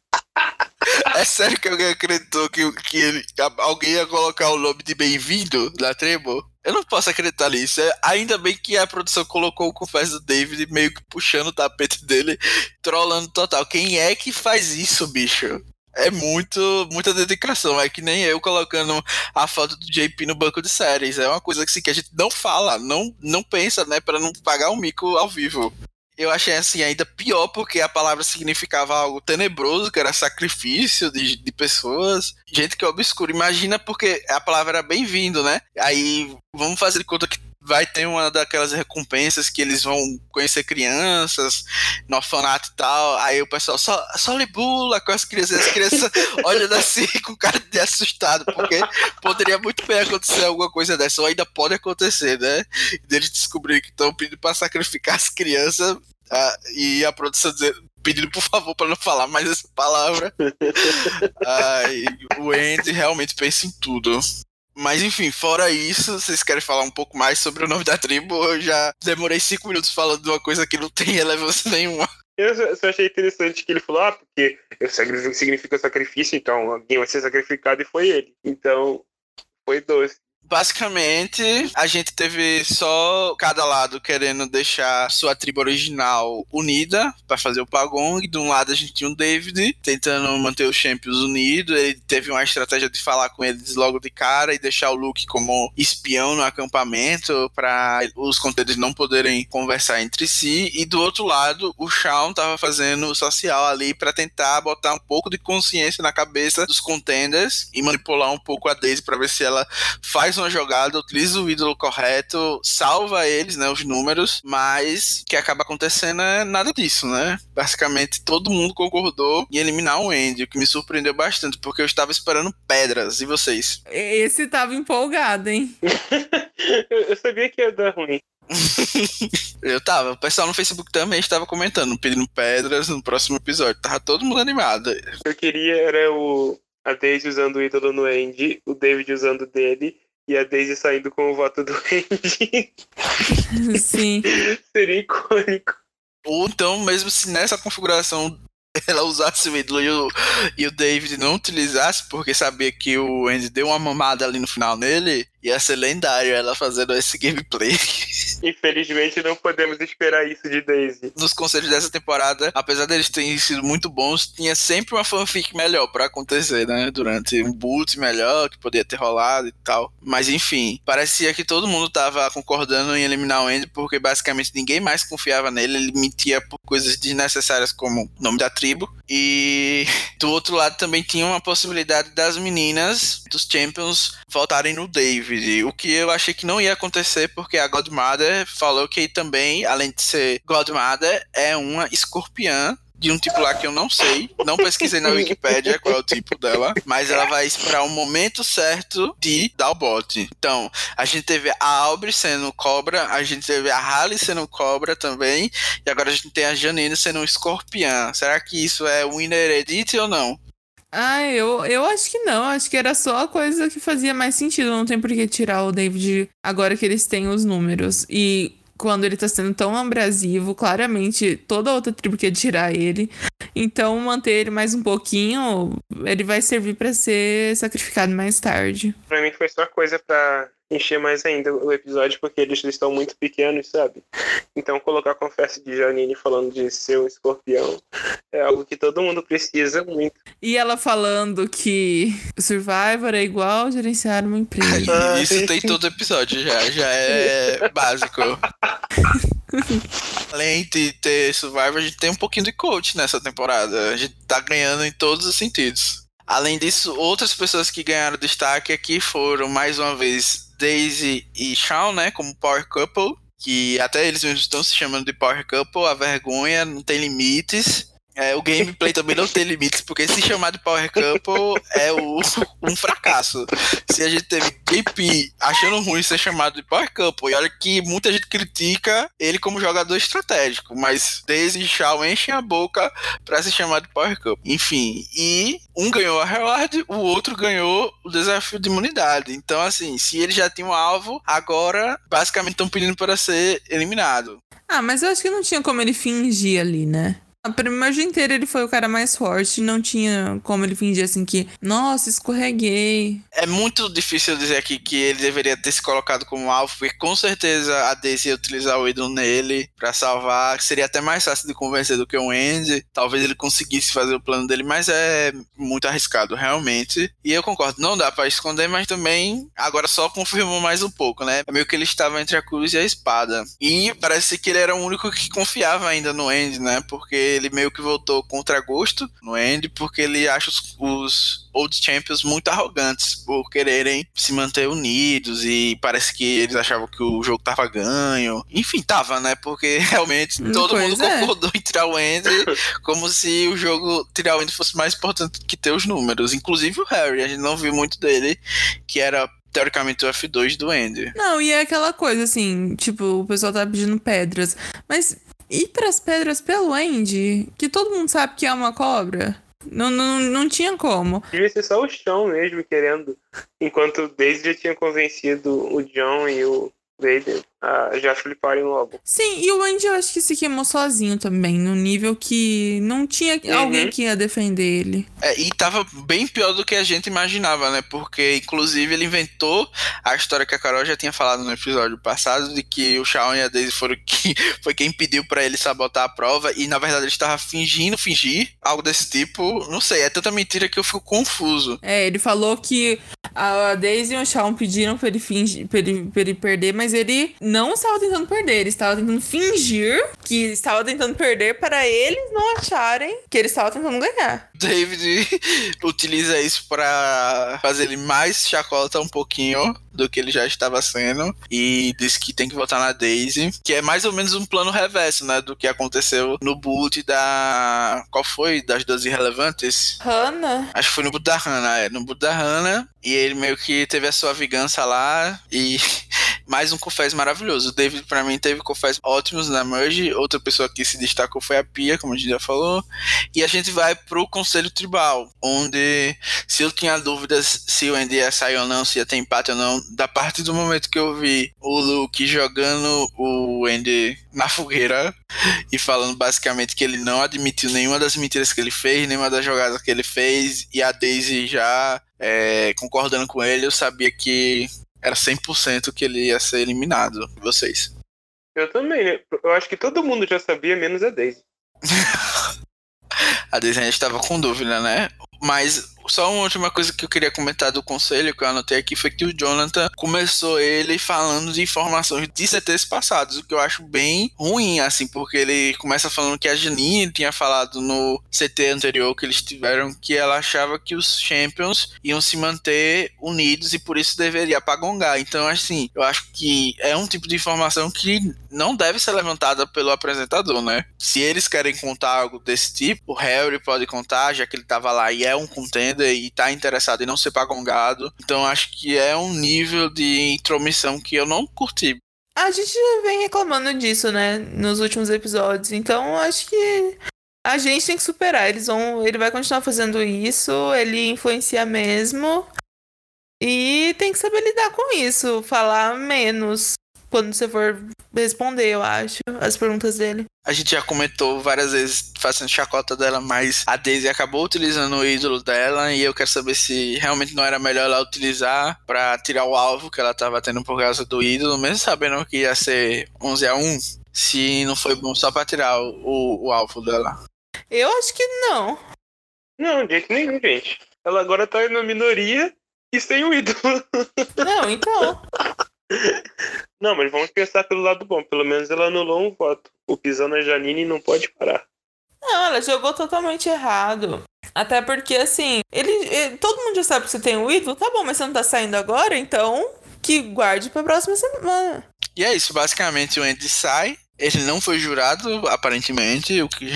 É sério que alguém acreditou que alguém ia colocar o nome de bem-vindo na tribo? Eu não posso acreditar nisso. Ainda bem que a produção colocou o confesso do David meio que puxando o tapete dele, trollando total. Quem é que faz isso, bicho? É muita dedicação. É que nem eu colocando a foto do JP no banco de séries. É uma coisa que a gente não fala, não pensa, né, pra não pagar um mico ao vivo. Eu achei assim ainda pior porque a palavra significava algo tenebroso, que era sacrifício de pessoas. Gente, que obscuro. Imagina porque a palavra era bem-vindo, né? Aí vamos fazer de conta que vai ter uma daquelas recompensas que eles vão conhecer crianças no orfanato e tal. Aí o pessoal só libula com as crianças olhando assim com cara de assustado, porque poderia muito bem acontecer alguma coisa dessa, ou ainda pode acontecer, né? Deles descobrirem que estão pedindo pra sacrificar as crianças e a produção pedindo por favor pra não falar mais essa palavra. O Andy realmente pensa em tudo. Mas enfim, fora isso, vocês querem falar um pouco mais sobre o nome da tribo? Eu já demorei 5 minutos falando de uma coisa que não tem relevância nenhuma. Eu só achei interessante que ele falou, porque significa sacrifício, então alguém vai ser sacrificado e foi ele. Então, foi doce. Basicamente, a gente teve só cada lado querendo deixar sua tribo original unida para fazer o Pagong. De um lado a gente tinha o David tentando manter os Champions unidos. Ele teve uma estratégia de falar com eles logo de cara e deixar o Luke como espião no acampamento para os contenders não poderem conversar entre si. E do outro lado, o Shawn tava fazendo o social ali para tentar botar um pouco de consciência na cabeça dos contenders e manipular um pouco a Daisy para ver se ela faz uma jogada, utiliza o ídolo correto, salva eles, né, os números, mas o que acaba acontecendo é nada disso, né? Basicamente todo mundo concordou em eliminar o Andy, o que me surpreendeu bastante, porque eu estava esperando pedras, e vocês? Esse tava empolgado, hein? Eu sabia que ia dar ruim. O pessoal no Facebook também estava comentando, pedindo pedras no próximo episódio, tava todo mundo animado. Eu queria era a Daisy usando o ídolo no Andy, o David usando dele, e a Daisy saindo com o voto do Andy. Sim. Seria icônico. Ou então, mesmo se nessa configuração ela usasse o ídolo e o David não utilizasse, porque sabia que o Andy deu uma mamada ali no final nele, ia ser lendário ela fazendo esse gameplay. Infelizmente não podemos esperar isso de Daisy. Nos conselhos dessa temporada, apesar deles terem sido muito bons, tinha sempre uma fanfic melhor pra acontecer, né? Durante um boot melhor que podia ter rolado e tal. Mas enfim, parecia que todo mundo tava concordando em eliminar o Andy, porque basicamente ninguém mais confiava nele. Ele mentia por coisas desnecessárias como o nome da tribo. E do outro lado também tinha uma possibilidade das meninas, dos Champions, voltarem no David. O que eu achei que não ia acontecer, porque a Godmother falou que também, além de ser Godmother, é uma escorpiã de um tipo lá que eu não sei, não pesquisei na Wikipédia qual é o tipo dela, mas ela vai esperar o momento certo de dar o bote. Então, a gente teve a Aubrey sendo cobra, a gente teve a Halle sendo cobra também, e agora a gente tem a Janine sendo um escorpião. Será que isso é Winner Edit ou não? Eu acho que não. Acho que era só a coisa que fazia mais sentido. Não tem por que tirar o David agora que eles têm os números. E quando ele tá sendo tão abrasivo, claramente toda outra tribo quer tirar ele. Então, manter ele mais um pouquinho, ele vai servir pra ser sacrificado mais tarde. Pra mim foi só coisa pra encher mais ainda o episódio, porque eles estão muito pequenos, sabe? Então colocar a confessa de Janine falando de ser um escorpião é algo que todo mundo precisa muito. E ela falando que Survivor é igual gerenciar uma empresa. Isso tem todo episódio já é básico. Além de ter Survivor, a gente tem um pouquinho de coach nessa temporada. A gente tá ganhando em todos os sentidos. Além disso, outras pessoas que ganharam destaque aqui foram, mais uma vez, Daisy e Shawn, né, como Power Couple, que até eles mesmos estão se chamando de Power Couple, a vergonha não tem limites. O gameplay também não tem limites, porque se chamar de Power Couple é um fracasso. Se a gente teve JP achando ruim ser chamado de Power Couple, e olha que muita gente critica ele como jogador estratégico, mas Daisy e Shawn enchem a boca pra se chamar de Power Couple. Enfim, e um ganhou a reward, o outro ganhou o desafio de imunidade. Então, assim, se eles já tinham um alvo, agora basicamente estão pedindo para ser eliminado. Ah, mas eu acho que não tinha como ele fingir ali, né? A primeira inteira ele foi o cara mais forte, não tinha como ele fingir assim que, nossa, escorreguei. É muito difícil dizer aqui que ele deveria ter se colocado como alvo, porque com certeza a Daisy ia utilizar o ídolo nele pra salvar, seria até mais fácil de convencer do que o Andy, talvez ele conseguisse fazer o plano dele, mas é muito arriscado, realmente. E eu concordo, não dá pra esconder, mas também agora só confirmou mais um pouco, né? É meio que ele estava entre a cruz e a espada. E parece que ele era o único que confiava ainda no Andy, né? Porque ele meio que voltou contra gosto no Andy, porque ele acha os Old Champions muito arrogantes por quererem se manter unidos, e parece que eles achavam que o jogo tava ganho. Enfim, tava, né? Porque realmente todo mundo concordou em tirar o Andy, como se o jogo tirar o Andy fosse mais importante que ter os números. Inclusive o Harry, a gente não viu muito dele, que era teoricamente o F2 do Andy. Não, e é aquela coisa assim, tipo, o pessoal tá pedindo pedras, mas ir pras pedras pelo Andy, que todo mundo sabe que é uma cobra, não tinha como. Devia ser só o chão mesmo querendo, enquanto o Daisy já tinha convencido o John e o Vader a já fliparem logo. Sim, e o Andy eu acho que se queimou sozinho também, no nível que não tinha alguém que ia defender ele. E tava bem pior do que a gente imaginava, né? Porque, inclusive, ele inventou a história que a Carol já tinha falado no episódio passado, de que o Shawn e a Daisy foi quem pediu pra ele sabotar a prova, e, na verdade, ele estava fingindo fingir, algo desse tipo. Não sei, é tanta mentira que eu fico confuso. Ele falou que a Daisy e o Shawn pediram pra ele fingir, pra ele perder, mas ele não estava tentando perder, ele estava tentando fingir que estava tentando perder para eles não acharem que ele estava tentando ganhar. David utiliza isso pra fazer ele mais chacota um pouquinho do que ele já estava sendo, e diz que tem que votar na Daisy, que é mais ou menos um plano reverso, né, do que aconteceu no boot da... Qual foi? Das 12 irrelevantes? Hannah? Acho que foi no boot da Hannah, no boot da Hannah, e ele meio que teve a sua vingança lá, e mais um confés maravilhoso. O David, pra mim, teve confés ótimos na Merge. Outra pessoa que se destacou foi a Pia, como a gente já falou. E a gente vai pro Conselho Tribal, onde, se eu tinha dúvidas se o Andy ia sair ou não, se ia ter empate ou não, da parte do momento que eu vi o Luke jogando o Andy na fogueira e falando basicamente que ele não admitiu nenhuma das mentiras que ele fez, nenhuma das jogadas que ele fez, e a Daisy já concordando com ele, eu sabia que era 100% que ele ia ser eliminado. E vocês? Eu também. Eu acho que todo mundo já sabia, menos a Daisy. A Daisy a gente tava com dúvida, né? Mas só uma última coisa que eu queria comentar do conselho, que eu anotei aqui, foi que o Jonathan começou ele falando de informações de CTs passados, o que eu acho bem ruim, assim, porque ele começa falando que a Janine tinha falado no CT anterior que eles tiveram, que ela achava que os Champions iam se manter unidos e por isso deveria apagongar. Então, assim, eu acho que é um tipo de informação que não deve ser levantada pelo apresentador, né? Se eles querem contar algo desse tipo, o Harry pode contar, já que ele tava lá e é um contender e tá interessado em não ser pagongado. Então acho que é um nível de intromissão que eu não curti. A gente já vem reclamando disso, né, nos últimos episódios. Então acho que a gente tem que superar. Ele vai continuar fazendo isso, ele influencia mesmo. E tem que saber lidar com isso, falar menos. quando você for responder, eu acho, as perguntas dele. A gente já comentou várias vezes fazendo chacota dela, mas a Daisy acabou utilizando o ídolo dela e eu quero saber se realmente não era melhor ela utilizar pra tirar o alvo que ela tava tendo por causa do ídolo, mesmo sabendo que ia ser 11-1, se não foi bom só pra tirar o alvo dela. Eu acho que não. Não, de jeito nenhum, gente. Ela agora tá na minoria e sem o ídolo. Não, então. Não, mas vamos pensar pelo lado bom. Pelo menos ela anulou um voto. O pisão na Janine não pode parar. Não, ela jogou totalmente errado. Até porque, assim, todo mundo já sabe que você tem um ídolo. Tá bom, mas você não tá saindo agora, então que guarde pra próxima semana. E é isso, basicamente o Andy sai. Ele não foi jurado, aparentemente, o que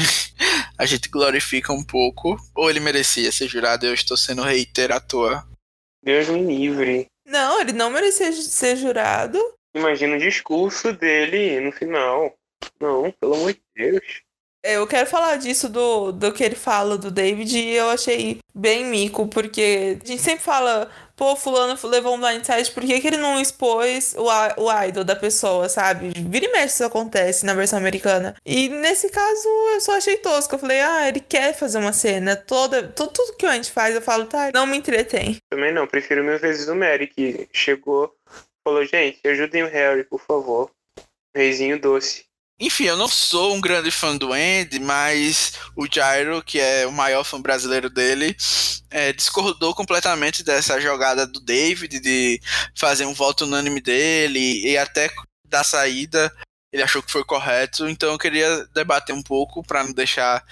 a gente glorifica um pouco. Ou ele merecia ser jurado, eu estou sendo hater à toa. Deus me livre. Não, ele não merecia ser jurado. Imagina o discurso dele no final. Não, pelo amor de Deus. Eu quero falar disso do que ele fala do David e eu achei bem mico, porque a gente sempre fala, pô, fulano levou um blindside, por que ele não expôs o idol da pessoa, sabe? Vira e mexe isso acontece na versão americana. E nesse caso eu só achei tosco, eu falei, ele quer fazer uma cena, tudo que o Andy faz, eu falo, tá, não me entretém. Também não, prefiro mil vezes o Mary, que chegou, falou, gente, ajudem o Harry, por favor. Reizinho doce. Enfim, eu não sou um grande fã do Andy, mas o Jairo, que é o maior fã brasileiro dele, discordou completamente dessa jogada do David, de fazer um voto unânime dele, e até da saída ele achou que foi correto. Então eu queria debater um pouco, para não deixar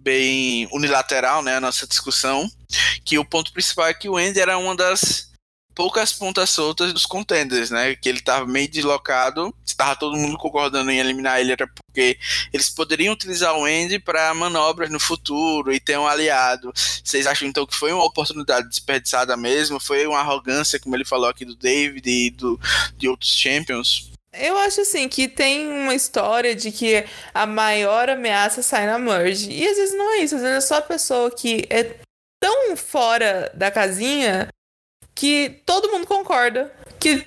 bem unilateral, né, a nossa discussão, que o ponto principal é que o Andy era uma das poucas pontas soltas dos contenders, né? Que ele tava meio deslocado. Se tava todo mundo concordando em eliminar ele, era porque eles poderiam utilizar o Andy para manobras no futuro e ter um aliado. Vocês acham então que foi uma oportunidade desperdiçada mesmo? Foi uma arrogância, como ele falou aqui, do David e de outros champions? Eu acho assim que tem uma história de que a maior ameaça sai na merge. E às vezes não é isso, às vezes é só a pessoa que é tão fora da casinha que todo mundo concorda que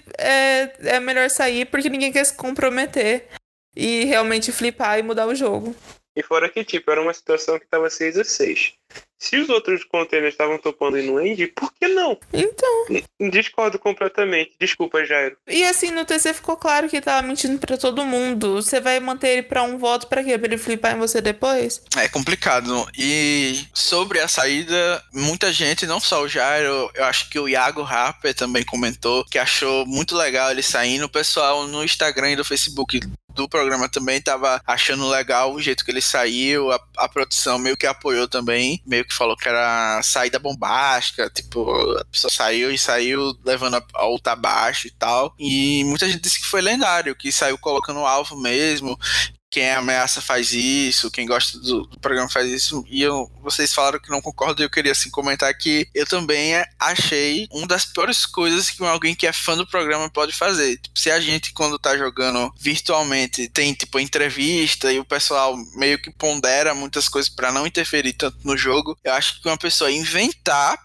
é melhor sair porque ninguém quer se comprometer e realmente flipar e mudar o jogo. E fora que, tipo, era uma situação que tava 6-6. Se os outros contenders estavam topando ir no Andy, por que não? Então. Discordo completamente. Desculpa, Jairo. E assim, no TC ficou claro que ele tava mentindo pra todo mundo. Você vai manter ele pra um voto pra quê? Pra ele flipar em você depois? É complicado. E sobre a saída, muita gente, não só o Jairo, eu acho que o Iago Harper também comentou que achou muito legal ele saindo. O pessoal no Instagram e no Facebook do programa também tava achando legal o jeito que ele saiu, a produção meio que apoiou também, meio que falou que era saída bombástica, tipo, a pessoa saiu levando a outra abaixo e tal, e muita gente disse que foi lendário, que saiu colocando o alvo mesmo, quem ameaça faz isso, quem gosta do programa faz isso, e vocês falaram que não concordam, e eu queria assim comentar que eu também achei uma das piores coisas que alguém que é fã do programa pode fazer. Tipo, se a gente, quando tá jogando virtualmente, tem tipo entrevista e o pessoal meio que pondera muitas coisas pra não interferir tanto no jogo, eu acho que uma pessoa inventar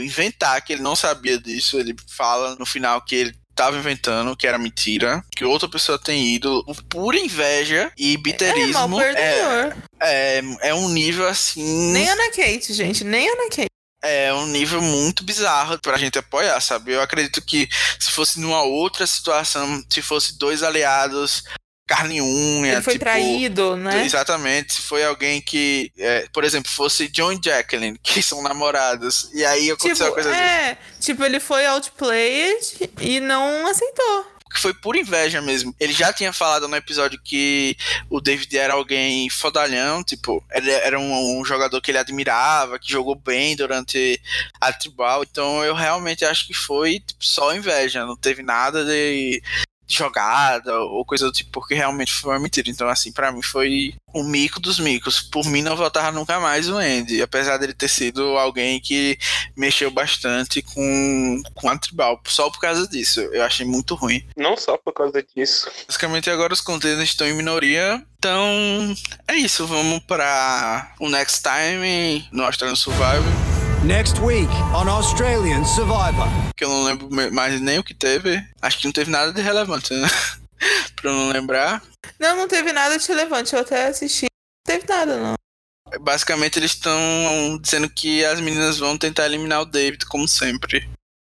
que ele não sabia disso, ele fala no final que ele tava inventando, que era mentira, que outra pessoa tem ídolo, por inveja e biterismo. É um nível assim... Nem Ana Kate, gente, nem Ana Kate. É um nível muito bizarro pra gente apoiar, sabe? Eu acredito que se fosse numa outra situação, se fosse dois aliados carne e unha. Ele foi traído, né? Exatamente. Se foi alguém que, por exemplo, fosse John e Jacqueline, que são namorados, e aí aconteceu uma coisa assim. Tipo, ele foi outplayed e não aceitou. Que foi por inveja mesmo. Ele já tinha falado no episódio que o David era alguém fodalhão, tipo, ele era um jogador que ele admirava, que jogou bem durante a tribal, então eu realmente acho que foi tipo, só inveja, não teve nada de jogada ou coisa do tipo, porque realmente foi uma mentira. Então assim, pra mim foi um mico dos micos. Por mim não voltava nunca mais o Andy, apesar dele ter sido alguém que mexeu bastante com a tribal, só por causa disso. Eu achei muito ruim. Não só por causa disso. Basicamente agora os contenders estão em minoria, então é isso, vamos para o Next Time no Australian Survivor. Next week on Australian Survivor. Que eu não lembro mais nem o que teve. Acho que não teve nada de relevante, né? pra eu não lembrar. Não teve nada de relevante. Eu até assisti. Não teve nada, não. Basicamente, eles estão dizendo que as meninas vão tentar eliminar o David, como sempre.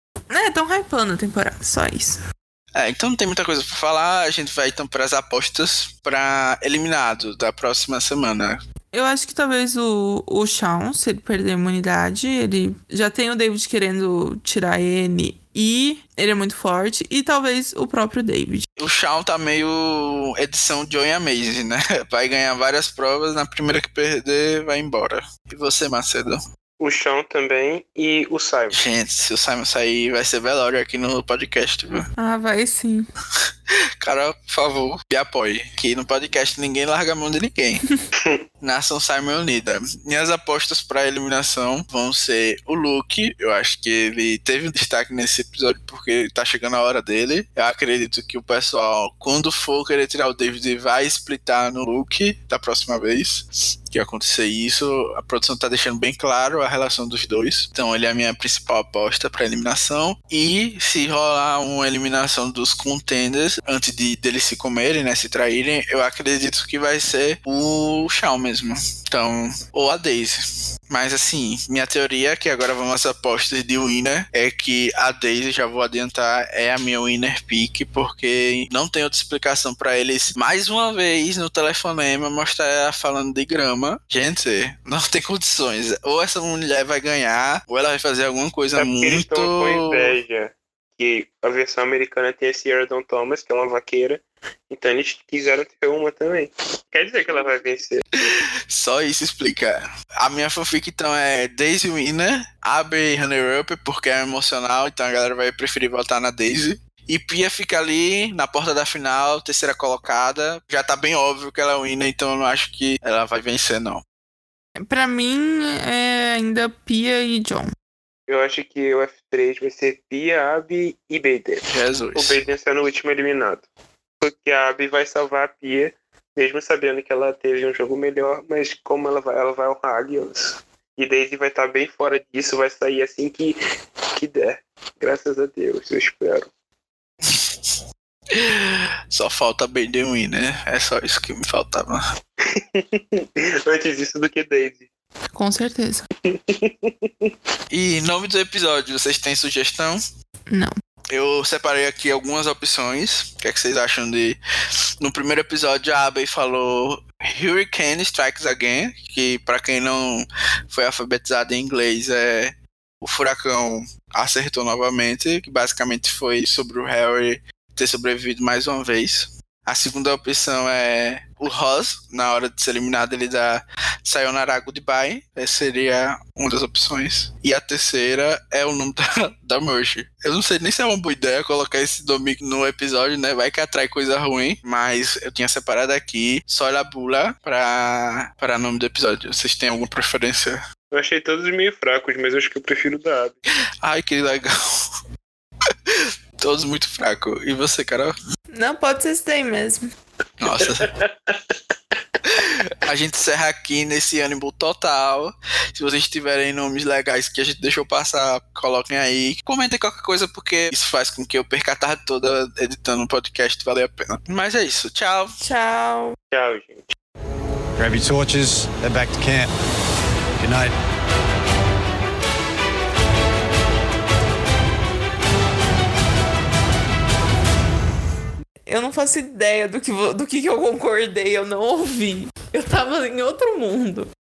Tão hypando a temporada, só isso. Então não tem muita coisa pra falar. A gente vai então pras apostas pra eliminado da próxima semana. Eu acho que talvez o Shawn, se ele perder a imunidade, ele já tem o David querendo tirar ele e ele é muito forte. E talvez o próprio David. O Shawn tá meio edição Joey Amazing, né? Vai ganhar várias provas, na primeira que perder, vai embora. E você, Macedo? O Shawn também e o Simon. Gente, se o Simon sair, vai ser velório aqui no podcast, viu? Vai sim. Cara, por favor, me apoie. Que no podcast ninguém larga a mão de ninguém. Nação Simon unida. Minhas apostas pra eliminação vão ser o Luke. Eu acho que ele teve um destaque nesse episódio porque tá chegando a hora dele. Eu acredito que o pessoal, quando for querer tirar o David, vai splitar no Luke da próxima vez que acontecer isso. A produção tá deixando bem claro a relação dos dois. Então ele é a minha principal aposta pra eliminação. E se rolar uma eliminação dos contenders antes deles se comerem, né, se traírem, eu acredito que vai ser o Shawn mesmo. Então, ou a Daisy. Mas assim, minha teoria é que agora vamos às apostas de winner, é que a Daisy, já vou adiantar, é a minha winner pick, porque não tem outra explicação pra eles, mais uma vez, no telefonema, mostrar ela falando de grama. Gente, não tem condições. Ou essa mulher vai ganhar, ou ela vai fazer alguma coisa muito... Eles estão com inveja que a versão americana tem a Sierra Dawn Thomas, que é uma vaqueira, então eles quiseram ter uma também. Quer dizer que ela vai vencer. Só isso explica. A minha fanfic então é Daisy winner, Abby runner-up, porque é emocional, então a galera vai preferir votar na Daisy. E Pia fica ali na porta da final, terceira colocada. Já tá bem óbvio que ela é winner, então eu não acho que ela vai vencer, não. Pra mim, é ainda Pia e John. Eu acho que o F3 vai ser Pia, Abby e Baden. Jesus. O Baden será no último eliminado. Porque a Abby vai salvar a Pia, mesmo sabendo que ela teve um jogo melhor, mas como ela vai honrar a aliança. E Daisy vai estar bem fora disso, vai sair assim que der. Graças a Deus, eu espero. Só falta Baden winner, é só isso que me faltava. Antes disso do que Daisy. Com certeza. E nome do episódio, vocês têm sugestão? Não. Eu separei aqui algumas opções. O que é que vocês acham de... No primeiro episódio, a Abby falou Hurricane Strikes Again, que pra quem não foi alfabetizado em inglês, é o furacão acertou novamente, que basicamente foi sobre o Harry ter sobrevivido mais uma vez. A segunda opção é o Ross, na hora de ser eliminado ele dá Sayonara Goodbye, essa seria uma das opções. E a terceira é o nome da Mercy. Eu não sei nem se é uma boa ideia colocar esse nome no episódio, né, vai que atrai coisa ruim, mas eu tinha separado aqui Sola Bula para nome do episódio. Vocês têm alguma preferência? Eu achei todos meio fracos, mas eu acho que eu prefiro o da Abby. Ai, que legal. Todos muito fracos. E você, Carol? Não, pode ser esse daí mesmo. Nossa. A gente encerra aqui nesse ânimo total. Se vocês tiverem nomes legais que a gente deixou passar, coloquem aí. Comentem qualquer coisa, porque isso faz com que eu perca a tarde toda editando um podcast, vale a pena. Mas é isso, tchau. Tchau. Tchau, gente. Grab your torches, head back to camp. Good night. Eu não faço ideia do que eu concordei, eu não ouvi. Eu tava em outro mundo.